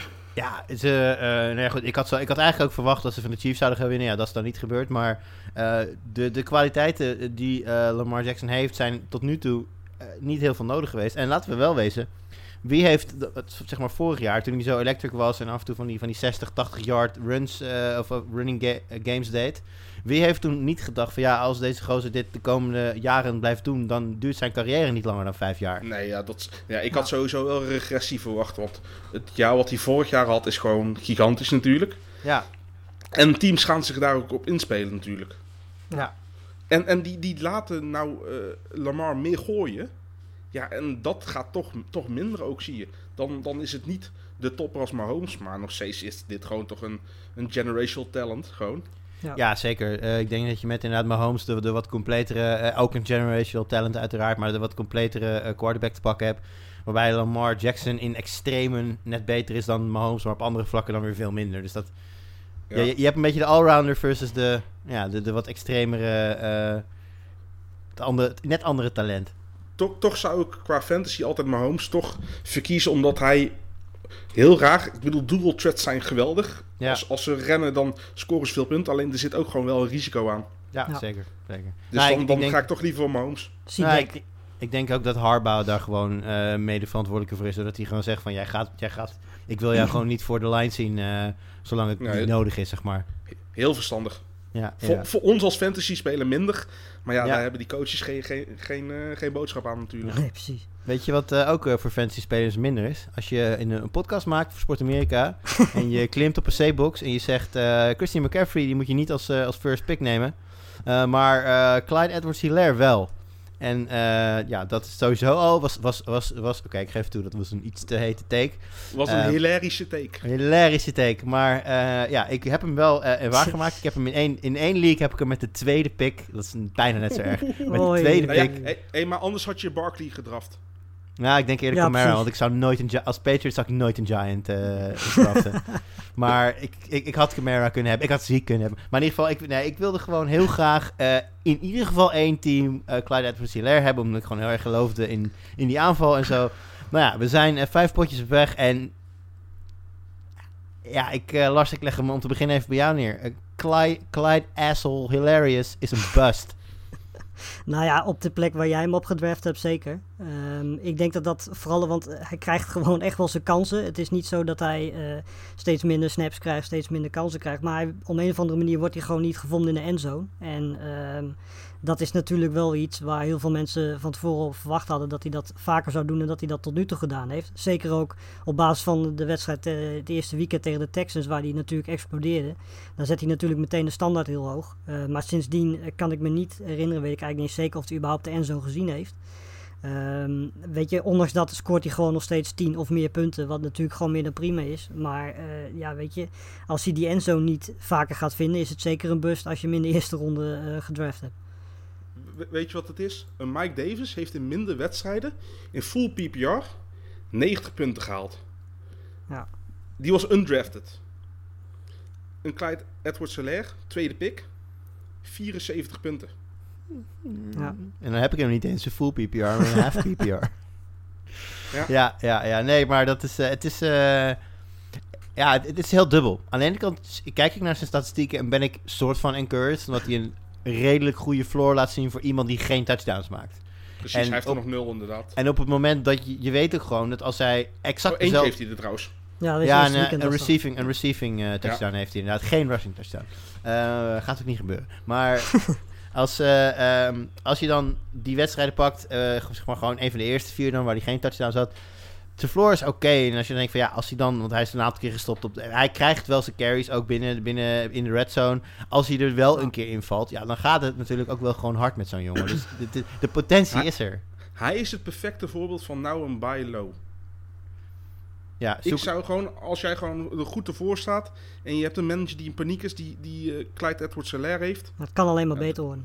B: goed, ik had eigenlijk ook verwacht dat ze van de Chiefs zouden gaan winnen. Ja, dat is dan niet gebeurd, maar de kwaliteiten die Lamar Jackson heeft zijn tot nu toe niet heel veel nodig geweest. En laten we wel wezen, wie heeft, zeg maar vorig jaar, toen hij zo electric was en af en toe van die 60, 80 yard runs of running games deed, wie heeft toen niet gedacht van als deze gozer dit de komende jaren blijft doen, dan duurt zijn carrière niet langer dan 5 jaar.
D: Nee, ik had sowieso wel regressie verwacht, want het jaar wat hij vorig jaar had is gewoon gigantisch natuurlijk.
B: Ja.
D: En teams gaan zich daar ook op inspelen natuurlijk.
B: Ja.
D: En die laten Lamar meer gooien. Ja, en dat gaat toch minder ook, zie je. Dan is het niet de topper als Mahomes, maar nog steeds is dit gewoon toch een generational talent, gewoon.
B: Ja, zeker. Ik denk dat je met inderdaad Mahomes de wat completere, ook een generational talent uiteraard, maar de wat completere quarterback te pakken hebt. Waarbij Lamar Jackson in extremen net beter is dan Mahomes, maar op andere vlakken dan weer veel minder. Dus dat, je hebt een beetje de allrounder versus de wat extremere, net andere talent.
D: Toch zou ik qua fantasy altijd Mahomes toch verkiezen, omdat hij heel graag, ik bedoel, dual threats zijn geweldig.
B: Ja.
D: Als ze rennen, dan scoren ze veel punten. Alleen er zit ook gewoon wel een risico aan.
B: Ja. Zeker.
D: Dus dan ga ik toch liever voor Mahomes.
B: Ik denk ook dat Harbaugh daar gewoon mede verantwoordelijker voor is. Zodat hij gewoon zegt van, jij gaat ik wil jou gewoon niet voor de line zien, zolang het niet nodig is, zeg maar.
D: Heel verstandig.
B: Ja,
D: voor ons als fantasy speler minder. Maar daar hebben die coaches geen boodschap aan natuurlijk.
C: Nee, precies.
B: Weet je wat ook voor fantasy spelers minder is? Als je een podcast maakt voor Sport Amerika en je klimt op een C-box en je zegt Christian McCaffrey, die moet je niet als first pick nemen. Maar Clyde Edwards-Helaire wel. En dat is sowieso was oké, ik geef toe, dat was een iets te hete take.
D: Was een hilarische take.
B: Een hilarische take, maar ik heb hem wel waargemaakt. Ik heb hem in één league heb ik hem met de tweede pick. Dat is bijna net zo erg. Met de tweede pick.
D: Maar anders had je Barkley gedraft.
B: Nou, ik denk eerder Camara, want ik zou nooit als Patriot zou ik nooit een Giant draften. Maar ik had Camara kunnen hebben, ik had Zeke kunnen hebben. Maar in ieder geval, ik wilde gewoon heel graag in ieder geval 1 team Clyde Edwards-Helaire hebben, omdat ik gewoon heel erg geloofde in die aanval en zo. Maar ja, we zijn 5 potjes op weg en Lars, ik leg hem om te beginnen even bij jou neer. Clyde Asshole Hilarious is een bust.
C: Nou ja, op de plek waar jij hem op gedraft hebt, zeker. Ik denk dat vooral, want hij krijgt gewoon echt wel zijn kansen. Het is niet zo dat hij steeds minder snaps krijgt, steeds minder kansen krijgt. Maar om een of andere manier wordt hij gewoon niet gevonden in de endzone. En dat is natuurlijk wel iets waar heel veel mensen van tevoren op verwacht hadden dat hij dat vaker zou doen en dat hij dat tot nu toe gedaan heeft. Zeker ook op basis van de wedstrijd het eerste weekend tegen de Texans, waar hij natuurlijk explodeerde. Dan zet hij natuurlijk meteen de standaard heel hoog. Maar sindsdien kan ik me niet herinneren, weet ik eigenlijk niet zeker of hij überhaupt de endzone gezien heeft. Weet je, ondanks dat scoort hij gewoon nog steeds 10 of meer punten. Wat natuurlijk gewoon meer dan prima is. Maar weet je, als hij die endzone niet vaker gaat vinden, is het zeker een bust als je hem in de eerste ronde gedraft hebt.
D: Weet je wat het is? Een Mike Davis heeft in minder wedstrijden in full PPR 90 punten gehaald.
C: Ja.
D: Die was undrafted. Een Clyde Edwards-Helaire, tweede pick, 74 punten.
C: Ja.
B: En dan heb ik hem niet eens een full PPR, maar een half PPR. Ja. Nee, maar dat is... het is heel dubbel. Aan de ene kant kijk ik naar zijn statistieken en ben ik soort van encouraged, omdat hij een redelijk goede floor laat zien voor iemand die geen touchdowns maakt.
D: Precies,
B: en
D: hij heeft er nog 0 inderdaad.
B: En op het moment dat je weet ook gewoon dat als hij exact
D: eentje
B: dezelfde...
D: heeft hij er trouwens.
C: Ja, dat is
B: een receiving touchdown heeft hij inderdaad. Geen rushing touchdown. Gaat ook niet gebeuren. Maar als je dan die wedstrijden pakt, zeg maar gewoon een van de eerste 4 dan, waar hij geen touchdowns had. De floor is oké. En als je denkt van ja, als hij dan, want hij is een aantal keer gestopt hij krijgt wel zijn carries ook binnen in de red zone. Als hij er wel een keer invalt, ja, dan gaat het natuurlijk ook wel gewoon hard met zo'n jongen. Dus de potentie is er.
D: Hij is het perfecte voorbeeld van nou een buy low.
B: Ja,
D: Ik zou gewoon, als jij gewoon er goed ervoor staat en je hebt een manager die in paniek is, die Clyde Edwards-Helaire heeft.
C: Het kan alleen maar beter worden.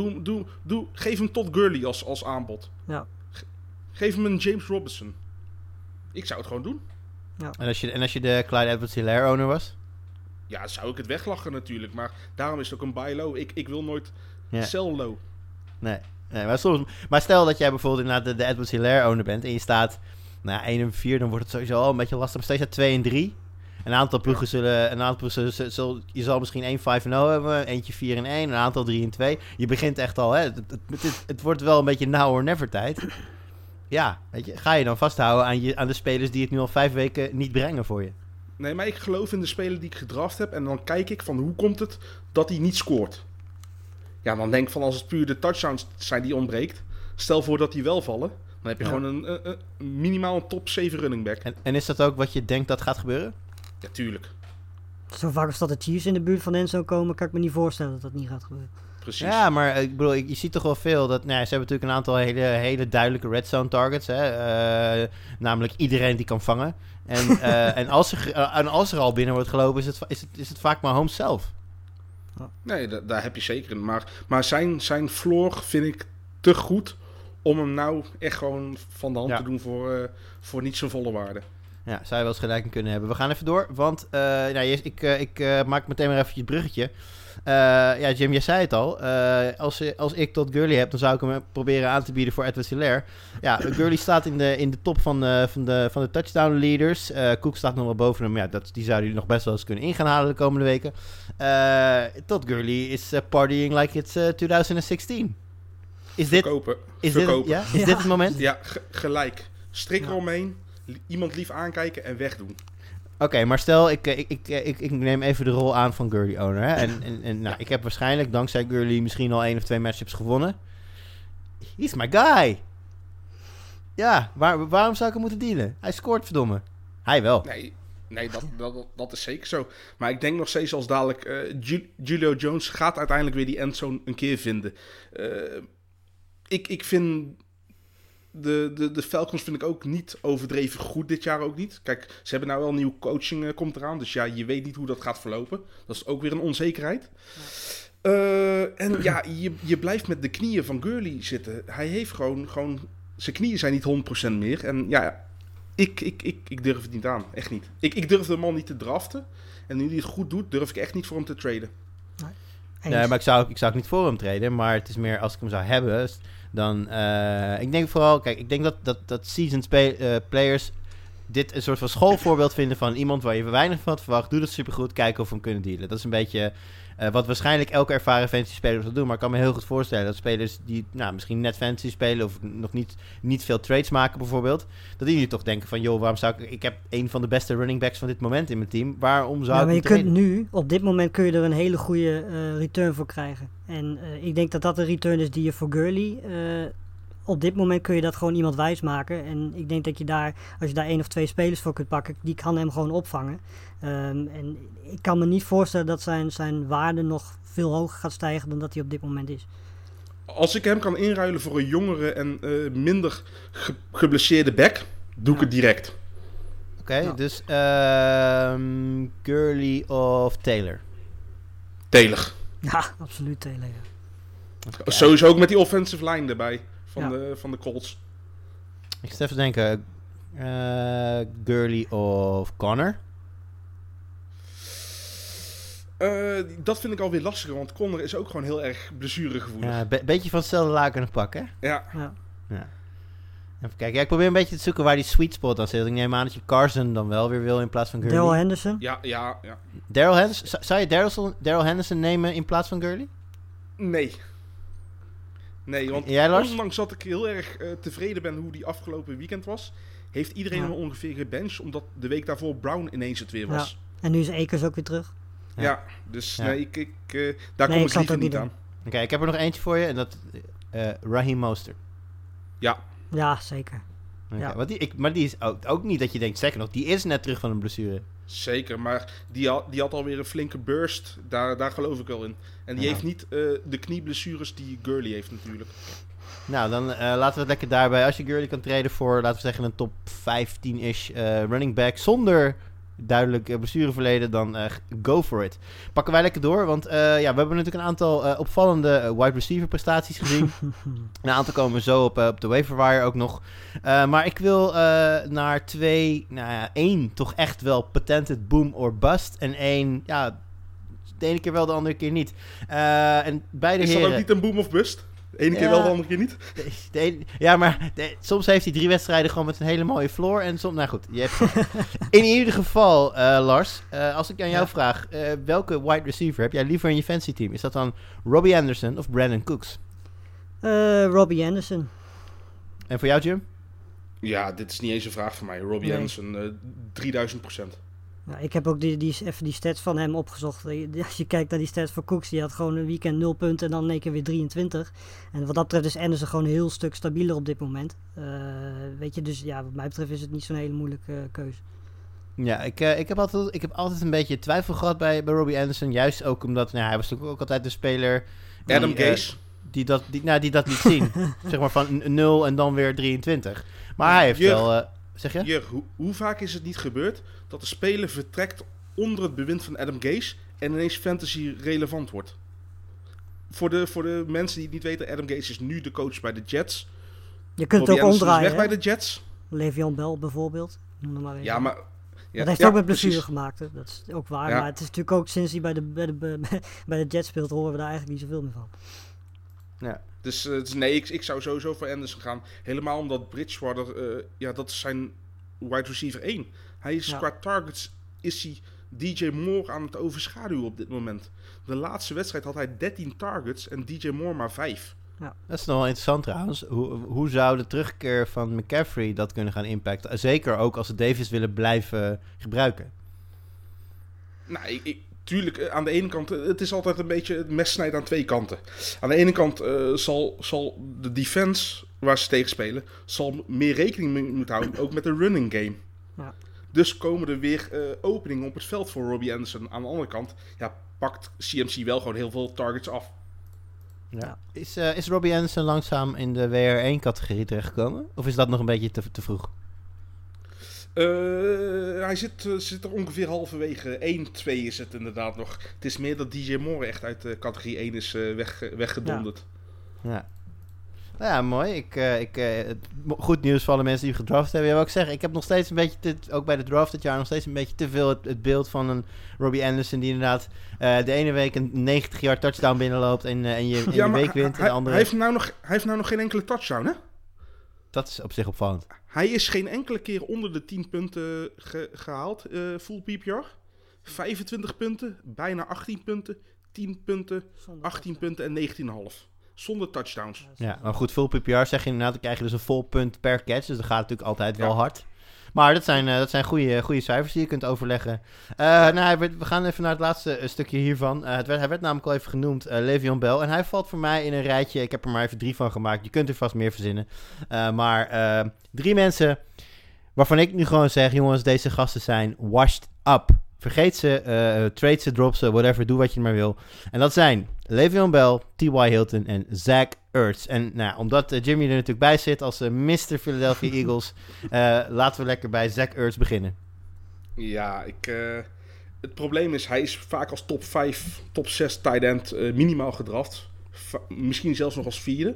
D: Geef hem Todd Gurley als aanbod.
C: Ja.
D: Geef hem een James Robinson. Ik zou het gewoon doen.
C: Ja.
B: En als je de Clyde Edwards-Helaire owner was?
D: Ja, zou ik het weglachen natuurlijk. Maar daarom is het ook een buy low. Ik wil nooit sell low.
B: Nee, maar stel dat jij bijvoorbeeld inderdaad de Edwards-Helaire owner bent en je staat 1 en 4, dan wordt het sowieso al een beetje lastig. Maar steeds 2 en 3. Een aantal ploegen zullen je zal misschien 1 5-0 hebben, eentje 4 en 1, een aantal 3 en 2. Je begint echt al, hè. Het wordt wel een beetje now or never tijd. Ja, weet je, ga je dan vasthouden aan de spelers die het nu al 5 weken niet brengen voor je?
D: Nee, maar ik geloof in de speler die ik gedraft heb. En dan kijk ik van hoe komt het dat hij niet scoort. Ja, dan denk ik van als het puur de touchdowns zijn die ontbreekt. Stel voor dat die wel vallen. Dan heb je gewoon een minimaal een top 7 running back.
B: En is dat ook wat je denkt dat gaat gebeuren?
D: Ja, tuurlijk.
C: Zo vaak als dat de Chiefs in de buurt van endzone komen, kan ik me niet voorstellen dat dat niet gaat gebeuren.
D: Precies.
B: Ja, maar ik bedoel, je ziet toch wel veel dat... ze hebben natuurlijk een aantal hele duidelijke red zone targets. Hè? Namelijk iedereen die kan vangen. En als er al binnen wordt gelopen, is het vaak maar Mahomes zelf.
D: Nee, daar heb je zeker in. Maar zijn floor vind ik te goed om hem nou echt gewoon van de hand te doen voor niet zo'n volle waarde.
B: Ja, zou je wel eens gelijk in kunnen hebben. We gaan even door, want ik maak meteen maar even het bruggetje. Jim, jij zei het al. Als ik Todd Gurley heb, dan zou ik hem proberen aan te bieden voor Edwards-Helaire. Ja, Gurley staat in de top van de touchdown leaders. Cook staat nog wel boven hem. Ja, die zou hij nog best wel eens kunnen in gaan halen de komende weken. Todd Gurley is partying like it's 2016.
D: Verkopen.
B: Is dit het moment?
D: Ja, gelijk. Strik eromheen, iemand lief aankijken en wegdoen.
B: Oké, maar stel, ik neem even de rol aan van Gurley owner. Hè? En ik heb waarschijnlijk dankzij Gurley misschien al 1 of 2 matchups gewonnen. He's my guy. Ja, waarom zou ik hem moeten dealen? Hij scoort, verdomme. Hij wel.
D: Nee, dat is zeker zo. Maar ik denk nog steeds als dadelijk Julio Jones gaat uiteindelijk weer die endzone een keer vinden. Ik vind... De Falcons vind ik ook niet overdreven goed dit jaar ook niet. Kijk, ze hebben nou wel nieuw coaching komt eraan. Dus ja, je weet niet hoe dat gaat verlopen. Dat is ook weer een onzekerheid. Ja. Je blijft met de knieën van Gurley zitten. Hij heeft gewoon zijn knieën zijn niet 100% meer. En ja, ik durf het niet aan. Echt niet. Ik durf de man niet te draften. En nu hij het goed doet, durf ik echt niet voor hem te traden.
B: Nee, maar ik zou ook niet voor hem traden. Maar het is meer als ik hem zou hebben... Dan, ik denk vooral, kijk, ik denk dat seasoned players dit een soort van schoolvoorbeeld vinden van iemand waar je weinig van had verwacht. Doe dat supergoed, kijken of we hem kunnen dealen. Dat is een beetje wat waarschijnlijk elke ervaren fantasy speler zal doen. Maar ik kan me heel goed voorstellen dat spelers die misschien net fantasy spelen of nog niet veel trades maken bijvoorbeeld. Dat die nu toch denken van, joh, waarom zou ik heb een van de beste running backs van dit moment in mijn team. Waarom zou ik
C: maar je
B: traden?
C: kunt nu, op dit moment kun je er een hele goede return voor krijgen. En ik denk dat dat een return is die je voor Gurley... op dit moment kun je dat gewoon iemand wijs maken. En ik denk dat je daar, als je daar 1 of 2 spelers voor kunt pakken, die kan hem gewoon opvangen. En ik kan me niet voorstellen dat zijn waarde nog veel hoger gaat stijgen dan dat hij op dit moment is.
D: Als ik hem kan inruilen voor een jongere en minder geblesseerde back, doe ik het direct.
B: Oké, dus Gurley of Taylor?
D: Taylor.
C: Ja, absoluut Taylor. Ja.
D: Sowieso ook met die offensive line erbij van de Colts.
B: Ik zit even te denken. Gurley of Connor?
D: Dat vind ik alweer lastiger, want Connor is ook gewoon heel erg blessuregevoelig.
B: Ja, beetje van hetzelfde laken pak, hè?
D: Ja.
B: Even kijken. Ja, ik probeer een beetje te zoeken waar die sweet spot dan zit. Ik neem aan dat je Carson dan wel weer wil in plaats van Gurley.
C: Darrell Henderson?
D: Ja.
B: Darrell Henderson? Zou je Darrell Henderson nemen in plaats van Gurley?
D: Nee, want
B: jij, Lars?
D: ondanks dat ik heel erg tevreden ben hoe die afgelopen weekend was, heeft iedereen hem ongeveer gebenched, omdat de week daarvoor Brown ineens het weer was.
C: Ja. En nu is Akers ook weer terug.
D: Ja, dus nee, daar kom ik liever niet aan.
B: Oké, ik heb er nog eentje voor je en dat Raheem Mostert.
C: Ja, zeker.
B: Okay, ja. Maar die is ook niet dat je denkt, zeker nog, die is net terug van een blessure.
D: Zeker, maar die had alweer een flinke burst, daar geloof ik wel in. En die heeft niet de knieblessures die Gurley heeft natuurlijk.
B: Nou, dan laten we het lekker daarbij. Als je Gurley kan treden voor, laten we zeggen, een top 15-ish running back zonder duidelijk blessureverleden, dan go for it. Pakken wij lekker door, want we hebben natuurlijk een aantal opvallende wide receiver prestaties gezien. Een aantal komen zo op de waiver wire ook nog. Maar ik wil naar één toch echt wel patented boom or bust en één, de ene keer wel, de andere keer niet. En beide
D: is
B: heren...
D: dat ook niet een boom of bust? De ene keer wel, de andere keer niet?
B: Soms heeft hij 3 wedstrijden gewoon met een hele mooie floor. En soms, nou goed. In ieder geval, Lars, als ik aan jou vraag, welke wide receiver heb jij liever in je fantasy team? Is dat dan Robbie Anderson of Brandon Cooks?
C: Robbie Anderson.
B: En voor jou, Jim?
D: Ja, dit is niet eens een vraag van mij. Robbie Anderson, 3000%.
C: Ja, ik heb ook even die stats van hem opgezocht. Als je kijkt naar die stats voor Cooks, die had gewoon een weekend 0 punten en dan in één keer weer 23. En wat dat betreft is Anderson gewoon een heel stuk stabieler op dit moment. Weet je, dus ja, wat mij betreft is het niet zo'n hele moeilijke keuze.
B: Ja, ik heb altijd een beetje twijfel gehad bij Robbie Anderson. Juist ook omdat hij was natuurlijk ook altijd de speler...
D: Adam Gase.
B: Die dat liet zien. Zeg maar van 0 en dan weer 23. Maar hij heeft wel... Zeg je?
D: Jurg, hoe vaak is het niet gebeurd dat de speler vertrekt onder het bewind van Adam Gase en ineens fantasy relevant wordt? Voor de mensen die het niet weten, Adam Gase is nu de coach bij de Jets.
C: Je kunt
D: Robbie
C: het ook omdraaien.
D: Is weg bij de Jets.
C: Le'Veon Bell bijvoorbeeld. Noem er maar even.
D: Ja, maar...
C: dat heeft ook met blessure gemaakt. Hè. Dat is ook waar. Ja. Maar het is natuurlijk ook sinds hij bij de Jets speelt, horen we daar eigenlijk niet zoveel meer van.
B: Ja.
D: Dus nee, ik zou sowieso voor Anderson gaan. Helemaal omdat Bridgewater, dat is zijn wide receiver 1. Hij is qua targets, is hij DJ Moore aan het overschaduwen op dit moment. De laatste wedstrijd had hij 13 targets en DJ Moore maar 5.
B: Ja. Dat is nog wel interessant trouwens. Hoe zou de terugkeer van McCaffrey dat kunnen gaan impacten? Zeker ook als ze Davis willen blijven gebruiken.
D: Nou, tuurlijk, aan de ene kant, het is altijd een beetje het mes snijdt aan 2 kanten. Aan de ene kant zal de defense waar ze tegen spelen, zal meer rekening mee moeten houden, ook met de running game. Ja. Dus komen er weer openingen op het veld voor Robbie Anderson. Aan de andere kant, pakt CMC wel gewoon heel veel targets af.
B: Ja. Is Robbie Anderson langzaam in de WR1-categorie terechtgekomen? Of is dat nog een beetje te vroeg?
D: Hij zit er ongeveer halverwege. 1-2 is het inderdaad nog. Het is meer dat DJ Moore echt uit de categorie 1 is weggedonderd.
B: Ja. Nou ja, mooi. Goed nieuws voor alle mensen die gedraft hebben. Je wil ook zeggen, ik heb nog steeds een beetje, ook bij de draft dit jaar, nog steeds een beetje te veel het beeld van een Robbie Anderson die inderdaad de ene week een 90-yard touchdown binnenloopt en je week wint. En de andere...
D: Hij heeft nou nog geen enkele touchdown, hè?
B: Dat is op zich opvallend.
D: Hij is geen enkele keer onder de 10 punten gehaald, full PPR. 25 punten, bijna 18 punten, 10 punten, 18 punten en 19,5. Zonder touchdowns.
B: Ja, maar goed, full PPR zeg je inderdaad, dan krijg je dus een vol punt per catch. Dus dat gaat natuurlijk altijd wel hard. Maar dat zijn goede cijfers die je kunt overleggen. We gaan even naar het laatste stukje hiervan. Hij werd namelijk al even genoemd, Le'Veon Bell. En hij valt voor mij in een rijtje. Ik heb er maar even 3 van gemaakt. Je kunt er vast meer verzinnen. Maar 3 mensen waarvan ik nu gewoon zeg, jongens, deze gasten zijn washed up. Vergeet ze, trade ze, drop ze, whatever, doe wat je maar wil. En dat zijn Le'Veon Bell, T.Y. Hilton en Zach Ertz. En nou, omdat Jimmy er natuurlijk bij zit als Mr. Philadelphia Eagles, laten we lekker bij Zach Ertz beginnen.
D: Ja, het probleem is, hij is vaak als top 5, top 6 tight end minimaal gedraft. Misschien zelfs nog als 4e.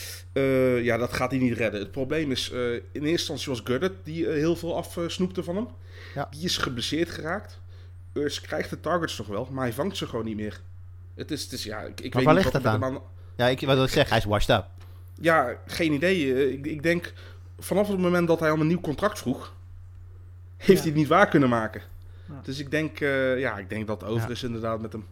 D: Ja, dat gaat hij niet redden. Het probleem is, in eerste instantie was Goddard die heel veel afsnoepte van hem.
B: Ja.
D: Die is geblesseerd geraakt. Ertz krijgt de targets nog wel, maar hij vangt ze gewoon niet meer. Ik weet
B: waar
D: niet
B: ligt
D: wat
B: dat
D: er
B: aan?
D: met
B: Ja, wat wil ik zeggen? Hij is washed up.
D: Ja, geen idee. Ik denk, vanaf het moment dat hij om een nieuw contract vroeg, heeft hij het niet waar kunnen maken.
C: Ja.
D: Dus ik denk dat het over is inderdaad met hem.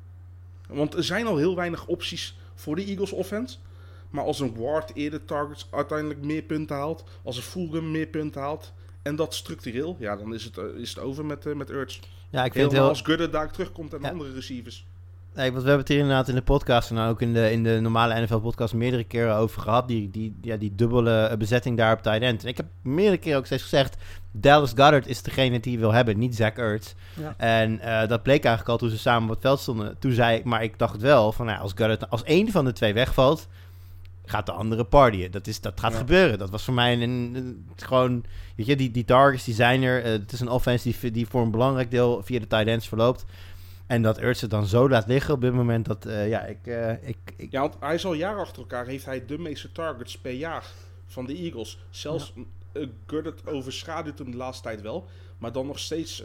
D: Want er zijn al heel weinig opties voor de Eagles offense. Maar als een Ward eerder targets uiteindelijk meer punten haalt, als een Fulgham meer punten haalt, en dat structureel, ja, dan is het over met Ertz.
B: Ja, ik vind
D: Helemaal als Goddard daar terugkomt en andere receivers.
B: Nee, want we hebben het hier inderdaad in de podcast en ook in de normale NFL-podcast meerdere keren over gehad. Die dubbele bezetting daar op tight end. En ik heb meerdere keren ook steeds gezegd, Dallas Goedert is degene die hij wil hebben, niet Zach Ertz.
C: Ja.
B: En dat bleek eigenlijk al toen ze samen op het veld stonden. Maar ik dacht het wel, van als Goedert als één van de twee wegvalt, gaat de andere partyen. Dat gaat gebeuren. Dat was voor mij gewoon, weet je, die targets die zijn er. Het is een offense die voor een belangrijk deel via de tight ends verloopt. En dat Ertz het dan zo laat liggen op dit moment, dat
D: Ja, want hij is al jaren achter elkaar, heeft hij de meeste targets per jaar van de Eagles. Zelfs Goddard overschaduwt hem de laatste tijd wel. Maar dan nog steeds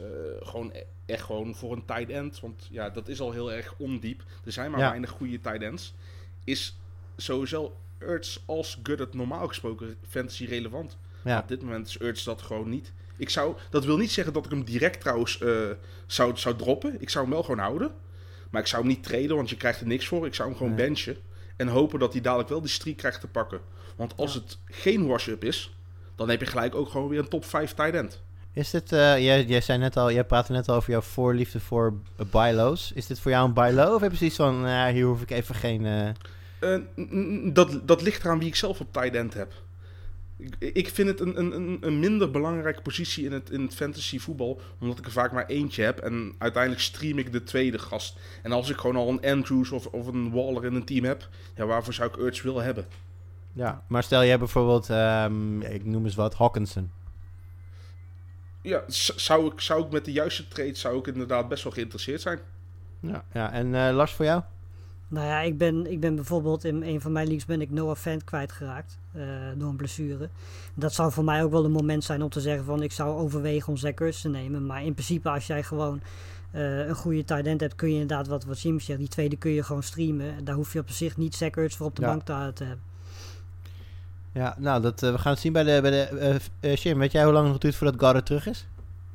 D: gewoon voor een tight end. Want ja, dat is al heel erg ondiep. Er zijn maar weinig goede tight ends. Is sowieso Ertz als Goddard normaal gesproken fantasy relevant.
B: Ja.
D: Op dit moment is Ertz dat gewoon niet. Dat wil niet zeggen dat ik hem direct trouwens zou droppen. Ik zou hem wel gewoon houden. Maar ik zou hem niet traden, want je krijgt er niks voor. Ik zou hem gewoon benchen. En hopen dat hij dadelijk wel die streak krijgt te pakken. Want als het geen wash-up is, dan heb je gelijk ook gewoon weer een top 5 tight end.
B: Is dit, jij zei net al, jij praatte net al over jouw voorliefde voor buy lows. Is dit voor jou een buy low? Of heb je zoiets van, hier hoef ik even geen...
D: Dat ligt eraan wie ik zelf op tight end heb. Ik vind het een minder belangrijke positie in het fantasy voetbal, omdat ik er vaak maar eentje heb en uiteindelijk stream ik de tweede gast. En als ik gewoon al een Andrews of een Waller in een team heb, ja, waarvoor zou ik Ertz willen hebben?
B: Ja, maar stel je hebt bijvoorbeeld, ik noem eens wat, Hawkinson.
D: Ja, zou ik met de juiste trade zou ik inderdaad best wel geïnteresseerd zijn.
B: Ja. En Lars, voor jou?
C: Nou ja, ik ben bijvoorbeeld in een van mijn leagues Noah Fant kwijtgeraakt door een blessure. Dat zou voor mij ook wel een moment zijn om te zeggen van ik zou overwegen om Zach Ertz te nemen. Maar in principe als jij gewoon een goede tight end hebt, kun je inderdaad wat Jim zegt. Die tweede kun je gewoon streamen. Daar hoef je op zich niet Zach Ertz voor op de bank te hebben.
B: Ja, nou, we gaan het zien bij de Jim, weet jij hoe lang het nog duurt voordat Goddard terug is?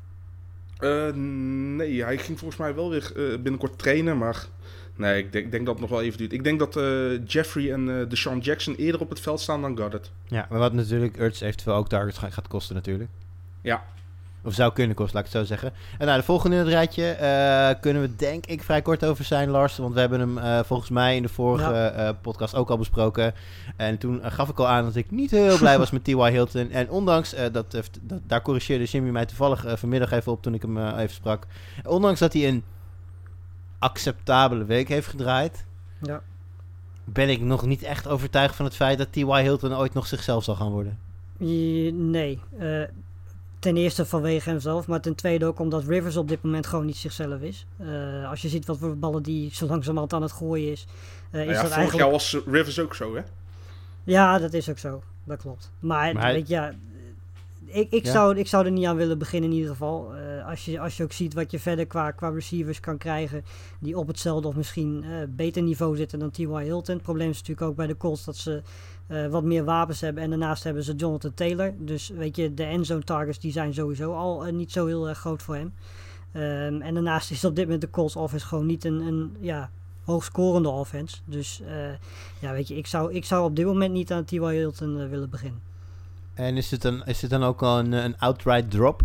D: Nee, hij ging volgens mij wel weer binnenkort trainen, maar nee, ik denk dat het nog wel even duurt. Ik denk dat Jeffrey en Deshaun Jackson eerder op het veld staan dan Goddard.
B: Ja, maar wat natuurlijk Ertz eventueel ook targets gaat kosten natuurlijk.
D: Ja.
B: Of zou kunnen kosten, laat ik het zo zeggen. En nou, de volgende in het rijtje kunnen we denk ik vrij kort over zijn, Lars. Want we hebben hem volgens mij in de vorige podcast ook al besproken. En toen gaf ik al aan dat ik niet heel blij was met T.Y. Hilton. En ondanks, daar corrigeerde Jimmy mij toevallig vanmiddag even op toen ik hem even sprak. Ondanks dat hij een acceptabele week heeft gedraaid, ben ik nog niet echt overtuigd van het feit dat T.Y. Hilton ooit nog zichzelf zal gaan worden.
C: Nee, ten eerste vanwege hemzelf, maar ten tweede ook omdat Rivers op dit moment gewoon niet zichzelf is. Als je ziet wat voor ballen die zo langzamerhand aan het gooien is.
D: Vorig jaar was Rivers ook zo, hè?
C: Ja, dat is ook zo. Dat klopt. Maar weet je, ik zou er niet aan willen beginnen in ieder geval. Als je ook ziet wat je verder qua receivers kan krijgen die op hetzelfde of misschien beter niveau zitten dan T.Y. Hilton. Het probleem is natuurlijk ook bij de Colts dat ze wat meer wapens hebben en daarnaast hebben ze Jonathan Taylor. Dus weet je, de endzone targets die zijn sowieso al niet zo heel erg groot voor hem. En daarnaast is op dit moment de Colts offense gewoon niet een hoogscorende offense. Dus weet je, ik zou op dit moment niet aan T.Y. Hilton willen beginnen.
B: En is het dan ook al een outright drop?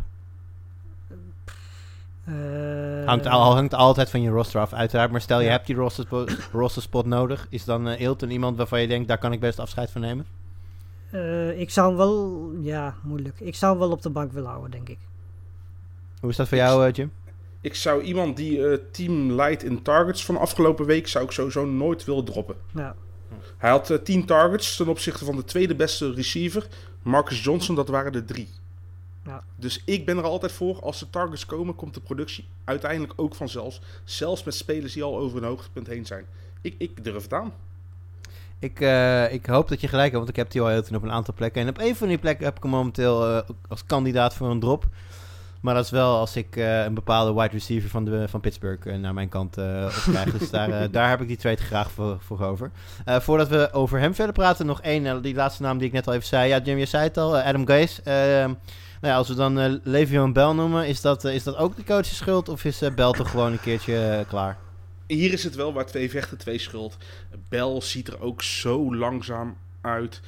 B: Hangt altijd van je roster af, uiteraard. Maar stel je hebt die roster spot nodig. Is dan Hilton iemand waarvan je denkt, daar kan ik best afscheid van nemen?
C: Ik zou hem wel, moeilijk. Ik zou hem wel op de bank willen houden, denk ik.
B: Hoe is dat voor jou, Jim?
D: Ik zou iemand die team leidt in targets van afgelopen week, zou ik sowieso nooit willen droppen.
C: Ja.
D: Hij had 10 targets ten opzichte van de tweede beste receiver, Marcus Johnson, dat waren er 3.
C: Ja.
D: Dus ik ben er altijd voor, als de targets komen, komt de productie uiteindelijk ook vanzelf. Zelfs met spelers die al over een hoogtepunt heen zijn. Ik durf het aan.
B: Ik hoop dat je gelijk hebt, want ik heb die al heel op een aantal plekken. En op een van die plekken heb ik hem momenteel als kandidaat voor een drop. Maar dat is wel als ik een bepaalde wide receiver van Pittsburgh naar mijn kant opkrijg. Dus daar heb ik die trade graag voor over. Voordat we over hem verder praten, nog één, die laatste naam die ik net al even zei. Ja, Jim, je zei het al, Adam Gase. Nou ja, als we dan Le'Veon Bell noemen, is dat ook de coach's schuld? Of is Bell toch gewoon een keertje klaar?
D: Hier is het wel waar 2 vechten, 2 schuld. Bell ziet er ook zo langzaam uit.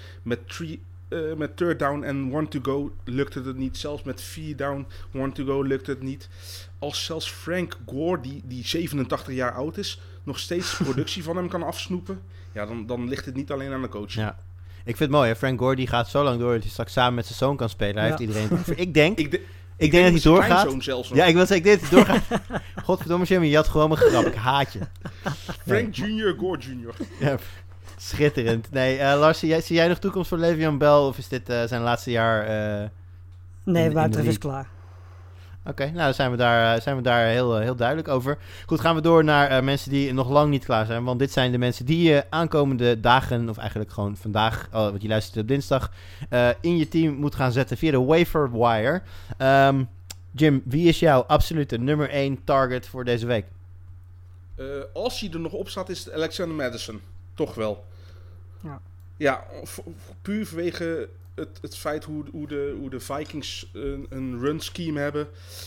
D: Met third down en 1 to go lukte het niet. Zelfs met 4 down, 1 to go lukte het niet. Als zelfs Frank Gore, die 87 jaar oud is, nog steeds productie van hem kan afsnoepen. Ja, dan ligt het niet alleen aan de coach.
B: Ja. Ik vind het mooi, hè? Frank Gore die gaat zo lang door dat hij straks samen met zijn zoon kan spelen. Hij heeft iedereen... Ik denk dat hij doorgaat. Ja, ik wil zeggen, ik denk dat hij doorgaat. Godverdomme, Jimmy, je had gewoon mijn grap. Ik haat je.
D: Frank Jr., Gore Jr.
B: Ja, schitterend. Nee, Lars, zie jij nog toekomst voor Le'Veon Bell? Of is dit zijn laatste jaar...
C: Nee, Wouter is klaar.
B: Oké, nou dan zijn we daar heel duidelijk over. Goed, gaan we door naar mensen die nog lang niet klaar zijn. Want dit zijn de mensen die je aankomende dagen, of eigenlijk gewoon vandaag, want je luistert op dinsdag, in je team moet gaan zetten via de waiver wire. Jim, wie is jouw absolute nummer 1 target voor deze week?
D: Als hij er nog op staat, is het Alexander Mattison. Toch wel. Ja, puur vanwege het feit hoe de Vikings een run scheme hebben.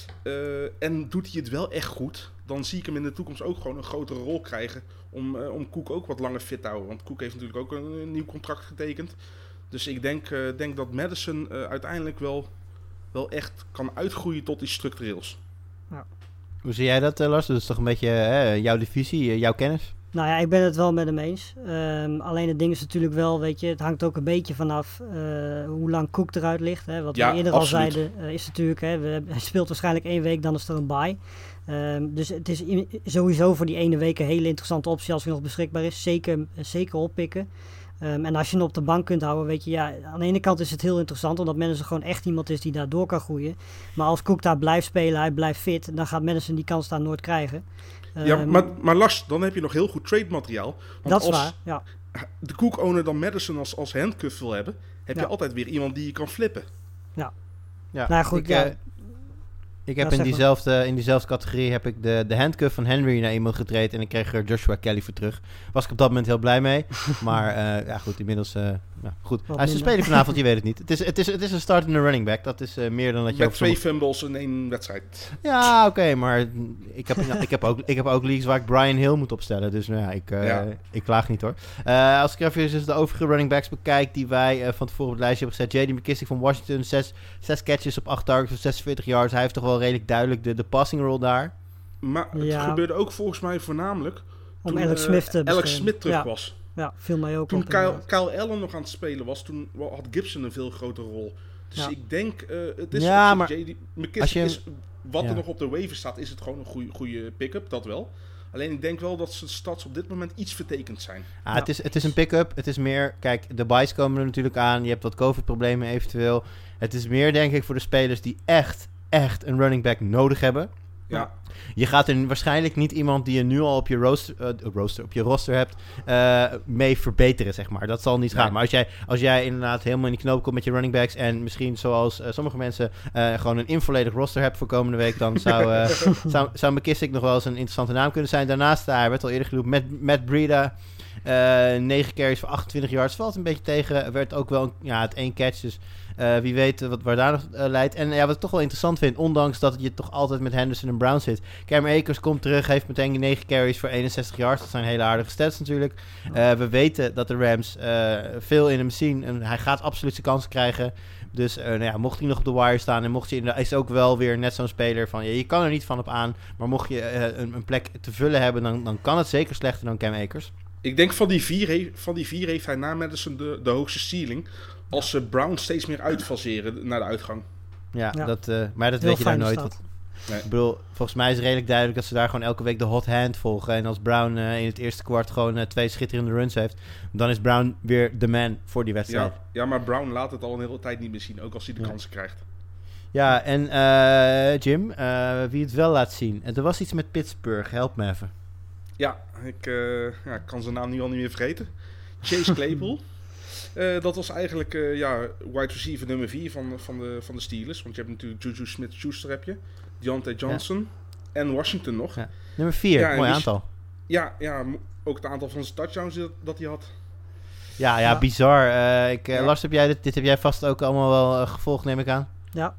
D: En doet hij het wel echt goed, dan zie ik hem in de toekomst ook gewoon een grotere rol krijgen om Cook ook wat langer fit te houden. Want Cook heeft natuurlijk ook een nieuw contract getekend. Dus ik denk dat Madison uiteindelijk wel echt kan uitgroeien tot iets structureels.
C: Ja.
B: Hoe zie jij dat, Lars? Dat is toch een beetje jouw divisie, jouw kennis?
C: Nou ja, ik ben het wel met hem eens. Alleen het ding is natuurlijk wel, weet je, het hangt ook een beetje vanaf hoe lang Cook eruit ligt. Hè. Wat we eerder al zeiden, is natuurlijk, hij speelt waarschijnlijk 1 week, dan is er een bye. Dus het is sowieso voor die ene week een hele interessante optie als hij nog beschikbaar is. Zeker oppikken. En als je hem op de bank kunt houden, weet je, ja, aan de ene kant is het heel interessant, omdat Madison gewoon echt iemand is die daar door kan groeien. Maar als Cook daar blijft spelen, hij blijft fit, dan gaat Madison die kans daar nooit krijgen.
D: Ja, maar Lars, dan heb je nog heel goed trade materiaal. Want
C: dat is waar, ja.
D: De Cook-owner dan Madison als handcuff wil hebben, heb je altijd weer iemand die je kan flippen.
C: Ja. Nou goed,
B: ik heb in diezelfde categorie heb ik de handcuff van Henry naar iemand getraind en ik kreeg er Joshua Kelly voor terug. Was ik op dat moment heel blij mee. Maar ja goed, inmiddels... goed. Hij is een speler vanavond, je weet het niet. Het is een startende running back. Dat is meer dan dat je...
D: Met 2 fumbles in 1 wedstrijd.
B: Ja, oké, maar ik heb ook leagues waar ik Brian Hill moet opstellen. Dus nou ja, ik klaag niet hoor. Als ik even de overige running backs bekijk die wij van tevoren op het lijstje hebben gezet. J.D. McKissick van Washington, 6 catches op 8 targets of 46 yards. Hij heeft toch wel redelijk duidelijk de passing role daar.
D: Maar het gebeurde ook volgens mij voornamelijk
C: om Alex Smith
D: terug was.
C: Ja, viel mij ook
D: toen
C: op.
D: Kyle Allen nog aan het spelen was, toen had Gibson een veel grotere rol. Dus ik denk, het is
B: maar
D: J.D. McKissick is, wat er nog op de waiver staat, is het gewoon een goede pick-up, dat wel. Alleen ik denk wel dat zijn stats op dit moment iets vertekend zijn.
B: Het is een pick-up. Het is meer, kijk, de buys komen er natuurlijk aan. Je hebt wat COVID-problemen eventueel. Het is meer, denk ik, voor de spelers die echt een running back nodig hebben.
D: Ja.
B: Je gaat er waarschijnlijk niet iemand die je nu al op je roster hebt mee verbeteren, zeg maar. Dat zal niet gaan. Maar als jij inderdaad helemaal in die knoop komt met je running backs en misschien zoals sommige mensen gewoon een involledig roster hebt voor komende week, dan zou McKissick nog wel eens een interessante naam kunnen zijn. Daarnaast, hij werd al eerder genoemd, met Breida. 9 carries voor 28 yards. Valt een beetje tegen. Werd ook wel het 1 catch. Dus wie weet waar daar nog leidt. En wat ik toch wel interessant vind, ondanks dat je toch altijd met Henderson en Brown zit. Cameron Akers komt terug, heeft meteen 9 carries voor 61 yards. Dat zijn hele aardige stats natuurlijk. We weten dat de Rams veel in hem zien. En hij gaat absoluut zijn kansen krijgen. Dus mocht hij nog op de wire staan en mocht hij is ook wel weer net zo'n speler van je kan er niet van op aan. Maar mocht je een plek te vullen hebben, dan kan het zeker slechter dan Cam Akers.
D: Ik denk van die vier heeft hij na Madison de hoogste ceiling. Als ze Brown steeds meer uitfaseren naar de uitgang.
B: Maar dat weet je daar nooit.
D: Nee.
B: Ik bedoel, volgens mij is het redelijk duidelijk dat ze daar gewoon elke week de hot hand volgen. En als Brown in het eerste kwart gewoon 2 schitterende runs heeft, dan is Brown weer de man voor die wedstrijd.
D: Ja, maar Brown laat het al een hele tijd niet meer zien, ook als hij de kansen krijgt.
B: Ja, en Jim, wie het wel laat zien. Er was iets met Pittsburgh, help me even.
D: Ja, ik kan zijn naam nu al niet meer vergeten. Chase Claypool. Dat was eigenlijk wide receiver nummer 4 van de Steelers. Want je hebt natuurlijk Juju Smith-Schuster heb je. Deontay Johnson. En Washington nog.
B: Ja. Nummer 4, mooi aantal.
D: Ja, ook het aantal van zijn touchdowns dat hij had.
B: Ja, bizar. Lars, dit heb jij vast ook allemaal wel gevolgd, neem ik aan.
C: Ja.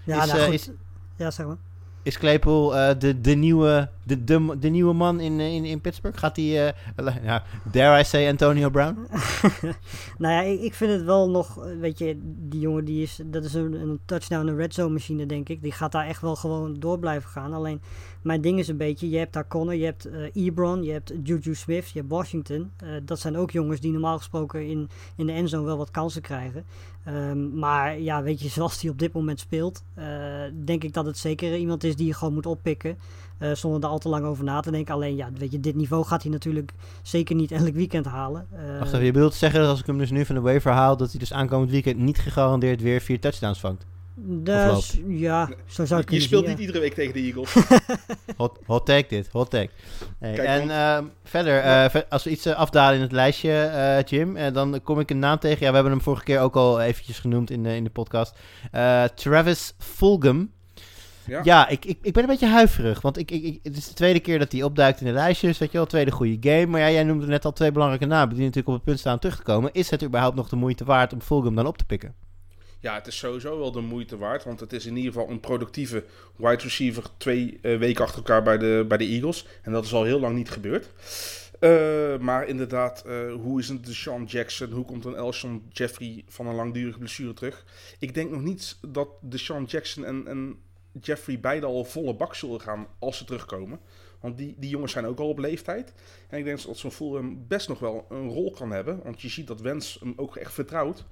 C: Ja, zeg maar.
B: Is Claypool de nieuwe man in Pittsburgh? Gaat hij, dare I say Antonio Brown?
C: Nou ja, ik vind het wel nog, weet je, die jongen dat is een touchdown, een red zone machine, denk ik. Die gaat daar echt wel gewoon door blijven gaan. Alleen, mijn ding is een beetje, je hebt daar Connor, je hebt Ebron, je hebt Juju Smith, je hebt Washington. Dat zijn ook jongens die normaal gesproken in de endzone wel wat kansen krijgen. Maar ja, weet je, zoals hij op dit moment speelt, denk ik dat het zeker iemand is die je gewoon moet oppikken. Zonder er al te lang over na te denken. Alleen, ja, weet je, dit niveau gaat hij natuurlijk zeker niet elk weekend halen.
B: Wacht even, je bedoelt zeggen dat als ik hem dus nu van de waiver haal, dat hij dus aankomend weekend niet gegarandeerd weer 4 touchdowns vangt?
C: Dus, ja, zo zou ik
D: Je speelt niet iedere week tegen de Eagles.
B: Hot take dit, hot take. Hey,
D: Kijk,
B: en verder, als we iets afdalen in het lijstje, Jim, dan kom ik een naam tegen. Ja, we hebben hem vorige keer ook al eventjes genoemd in de podcast. Travis Fulgham. Ja, ik ben een beetje huiverig, want het is de tweede keer dat hij opduikt in de lijstjes, weet je wel, tweede goede game. Maar ja, jij noemde net al 2 belangrijke namen die natuurlijk op het punt staan terug te komen. Is het überhaupt nog de moeite waard om Fulgham dan op te pikken?
D: Ja, het is sowieso wel de moeite waard, want het is in ieder geval een productieve wide receiver 2 weken achter elkaar bij de Eagles. En dat is al heel lang niet gebeurd. Maar inderdaad, hoe is het DeSean Jackson? Hoe komt een Alshon Jeffrey van een langdurige blessure terug? Ik denk nog niet dat DeSean Jackson en Jeffrey beide al volle bak zullen gaan als ze terugkomen. Want die jongens zijn ook al op leeftijd. En ik denk dat zo'n Fulgham best nog wel een rol kan hebben. Want je ziet dat Wentz hem ook echt vertrouwt.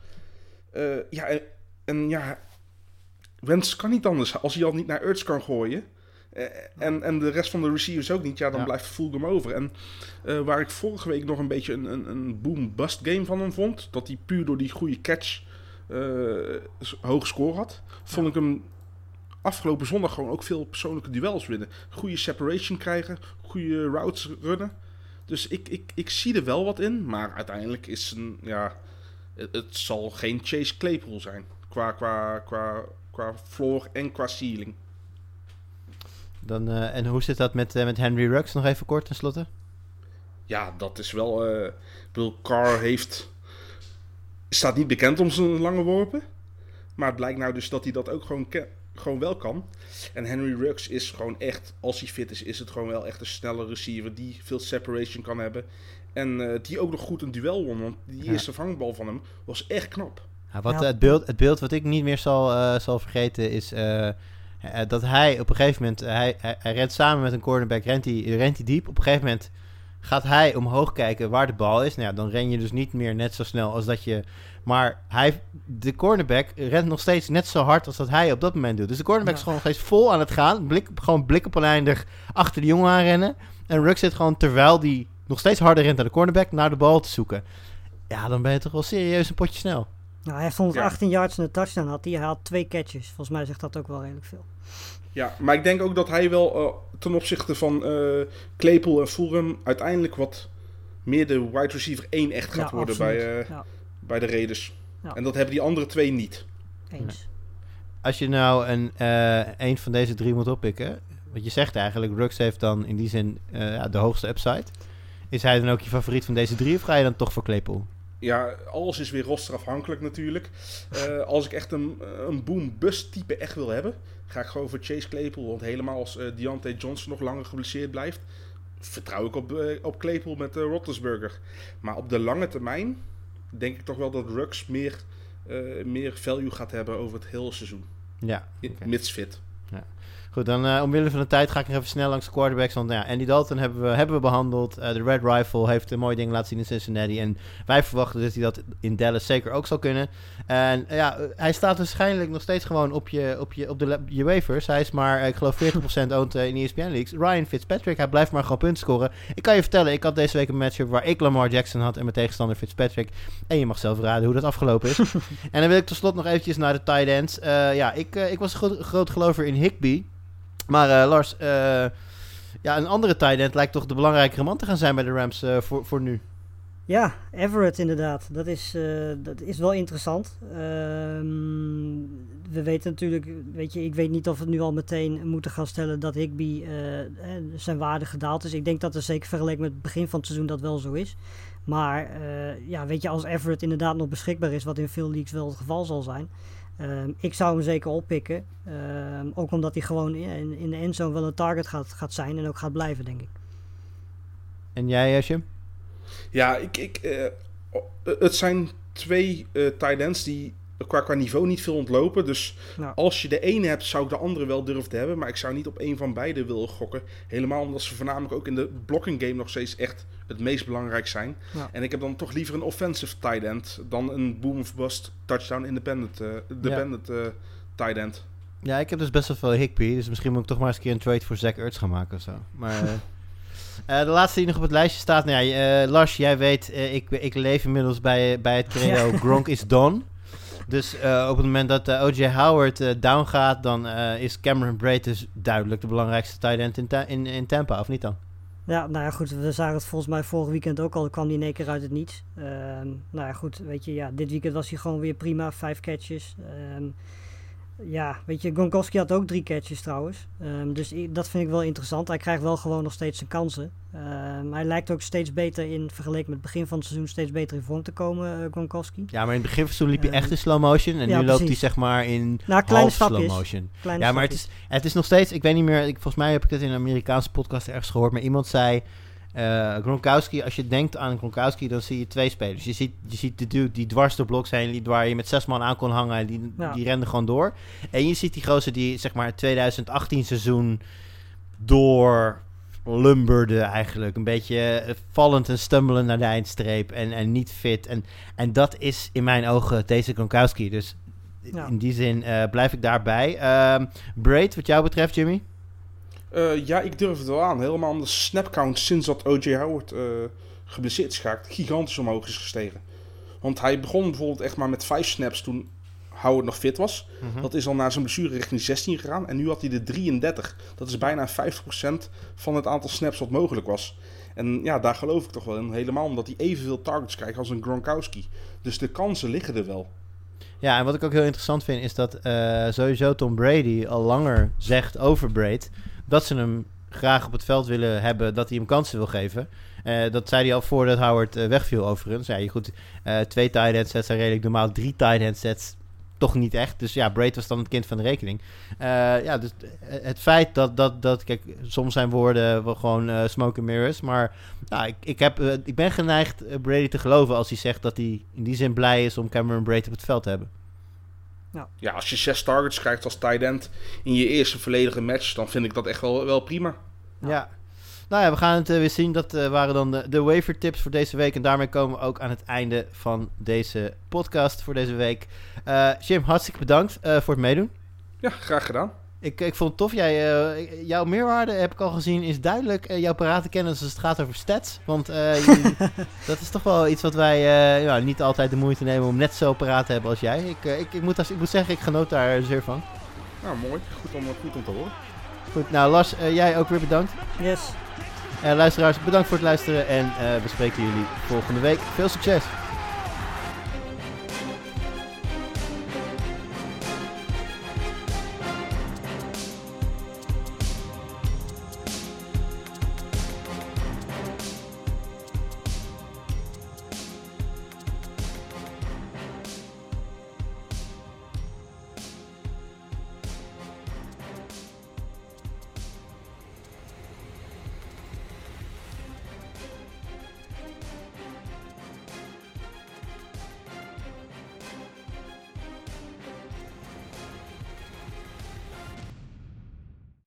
D: Wentz kan niet anders. Als hij al niet naar Ertz kan gooien. En de rest van de receivers ook niet. Ja, dan blijft Fulgham over. En waar ik vorige week nog een beetje een boom-bust game van hem vond. Dat hij puur door die goede catch hoog score had. Vond ik hem afgelopen zondag gewoon ook veel persoonlijke duels winnen. Goede separation krijgen. Goede routes runnen. Dus ik zie er wel wat in. Maar uiteindelijk is het zal geen Chase Claypool zijn. Qua floor en qua ceiling.
B: Dan, en hoe zit dat met Henry Ruggs? Nog even kort tenslotte.
D: Ja, dat is wel... ik bedoel, Carr staat niet bekend om zijn lange worpen. Maar het blijkt nou dus dat hij dat ook gewoon wel kan. En Henry Ruggs is gewoon echt... Als hij fit is het gewoon wel echt een snelle receiver... die veel separation kan hebben. En die ook nog goed een duel won. Want die eerste vangbal van hem was echt knap.
B: Ja, het beeld wat ik niet meer zal vergeten is... dat hij op een gegeven moment... Hij rent samen met een cornerback, rent hij diep. Op een gegeven moment gaat hij omhoog kijken waar de bal is. Nou ja, dan ren je dus niet meer net zo snel als dat je... Maar de cornerback rent nog steeds net zo hard als dat hij op dat moment doet. Dus de cornerback is gewoon nog steeds vol aan het gaan. Gewoon blik op oneindig achter de jongen aanrennen. En Ruggs zit gewoon, terwijl die nog steeds harder rent naar de cornerback, naar de bal te zoeken. Ja, dan ben je toch wel serieus een potje snel.
C: Nou, hij heeft 118 yards en een touchdown had. Hij had 2 catches. Volgens mij zegt dat ook wel redelijk veel.
D: Ja, maar ik denk ook dat hij wel ten opzichte van Claypool en Fulgham uiteindelijk wat meer de wide receiver 1 echt gaat worden bij de Raiders. Ja. En dat hebben die andere 2 niet.
C: Eens.
B: Als je nou een van deze 3 moet oppikken, wat je zegt eigenlijk, Ruggs heeft dan in die zin de hoogste upside. Is hij dan ook je favoriet van deze 3 of ga je dan toch voor Claypool?
D: Ja, alles is weer rosterafhankelijk natuurlijk. Als ik echt een boom-bust type echt wil hebben, ga ik gewoon voor Chase Claypool. Want helemaal als Deontay Johnson nog langer geblesseerd blijft, vertrouw ik op Claypool met Roethlisberger. Maar op de lange termijn denk ik toch wel dat Ruggs meer value gaat hebben over het hele seizoen.
B: Ja. Okay.
D: Mits fit.
B: Ja. Goed, dan omwille van de tijd ga ik nog even snel langs de quarterbacks. Want Andy Dalton hebben we behandeld. De Red Rifle heeft een mooi ding laten zien in Cincinnati. En wij verwachten dat hij dat in Dallas zeker ook zal kunnen. En hij staat waarschijnlijk nog steeds gewoon op je waivers. Hij is maar, ik geloof 40% owned in ESPN Leagues. Ryan Fitzpatrick, hij blijft maar gewoon punten scoren. Ik kan je vertellen, ik had deze week een matchup waar ik Lamar Jackson had en mijn tegenstander Fitzpatrick. En je mag zelf raden hoe dat afgelopen is. En dan wil ik tot slot nog eventjes naar de tight ends. Ik was een groot gelover in Higbee. Maar Lars, een andere tight end lijkt toch de belangrijkere man te gaan zijn bij de Rams voor nu.
C: Ja, Everett inderdaad. Dat is wel interessant. We weten natuurlijk, ik weet niet of we nu al meteen moeten gaan stellen dat Higbee zijn waarde gedaald is. Ik denk dat er zeker vergeleken met het begin van het seizoen dat wel zo is. Maar als Everett inderdaad nog beschikbaar is, wat in veel leagues wel het geval zal zijn. Ik zou hem zeker oppikken. Ook omdat hij gewoon in de endzone wel een target gaat zijn en ook gaat blijven, denk ik.
B: En jij, Jim?
D: Ja, het zijn twee tight ends die qua niveau niet veel ontlopen. Dus als je de ene hebt, zou ik de andere wel durven te hebben. Maar ik zou niet op één van beide willen gokken. Helemaal omdat ze voornamelijk ook in de blocking game nog steeds echt het meest belangrijk zijn. Ja. En ik heb dan toch liever een offensive tight end dan een boom of bust touchdown independent tight end.
B: Ja, ik heb dus best wel veel Higbee. Dus misschien moet ik toch maar eens een keer een trade voor Zach Ertz gaan maken of zo. Maar de laatste die nog op het lijstje staat. Lars, jij weet, ik leef inmiddels bij het credo Gronk is done. Dus op het moment dat O.J. Howard down gaat, dan is Cameron Brate dus duidelijk de belangrijkste tight end in Tampa, of niet dan?
C: Ja, goed, we zagen het volgens mij vorig weekend ook al, kwam hij in één keer uit het niets. Dit weekend was hij gewoon weer prima, 5 catches. Gronkowski had ook 3 catches trouwens. Dus dat vind ik wel interessant. Hij krijgt wel gewoon nog steeds zijn kansen. Hij lijkt ook steeds beter vergeleken met het begin van het seizoen, steeds beter in vorm te komen, Gronkowski.
B: Ja, maar in het begin van het seizoen liep hij echt in slow motion. En nu loopt hij zeg maar in half slow motion. Ja, maar het is nog steeds, ik weet niet meer, volgens mij heb ik het in een Amerikaanse podcast ergens gehoord, maar iemand zei, Gronkowski, als je denkt aan Gronkowski, dan zie je 2 spelers. Je ziet de dude die dwars door bloks heen liep, waar je met 6 man aan kon hangen en die rende gewoon door. En je ziet die gozer die zeg maar het 2018 seizoen door lumberde eigenlijk. Een beetje vallend en stummelend naar de eindstreep en niet fit. En dat is in mijn ogen deze Gronkowski. Dus in die zin blijf ik daarbij. Brate, wat jou betreft, Jimmy?
D: Ik durf het wel aan. Helemaal omdat de snapcount sinds dat O.J. Howard geblesseerd is geraakt gigantisch omhoog is gestegen. Want hij begon bijvoorbeeld echt maar met 5 snaps toen Howard nog fit was. Mm-hmm. Dat is al na zijn blessure richting 16 gegaan. En nu had hij de 33. Dat is bijna 50% van het aantal snaps wat mogelijk was. En ja, daar geloof ik toch wel in. Helemaal omdat hij evenveel targets krijgt als een Gronkowski. Dus de kansen liggen er wel.
B: Ja, en wat ik ook heel interessant vind is dat sowieso Tom Brady al langer zegt over Brate dat ze hem graag op het veld willen hebben, dat hij hem kansen wil geven. Dat zei hij al voordat Howard wegviel overigens. Ja, goed, 2 tight end sets zijn redelijk normaal, 3 tight end sets toch niet echt. Dus ja, Brate was dan het kind van de rekening. Dus het feit dat kijk, soms zijn woorden wel gewoon smoke and mirrors, maar ik ben geneigd Brady te geloven als hij zegt dat hij in die zin blij is om Cameron Brate op het veld te hebben.
D: Ja, als je 6 targets krijgt als tight end in je eerste volledige match, dan vind ik dat echt wel prima.
B: Ja. Nou ja, we gaan het weer zien. Dat waren dan de waiver tips voor deze week. En daarmee komen we ook aan het einde van deze podcast voor deze week. Jim, hartstikke bedankt voor het meedoen.
D: Ja, graag gedaan.
B: Ik vond het tof. Jouw meerwaarde, heb ik al gezien, is duidelijk jouw paratenkennis als het gaat over stats. Want dat is toch wel iets wat wij niet altijd de moeite nemen om net zo paraat te hebben als jij. Ik moet zeggen, ik genoot daar zeer van.
D: Nou, mooi. Goed om te horen.
B: Goed, nou Lars, jij ook weer bedankt.
C: Yes.
B: Luisteraars, bedankt voor het luisteren en we spreken jullie volgende week. Veel succes!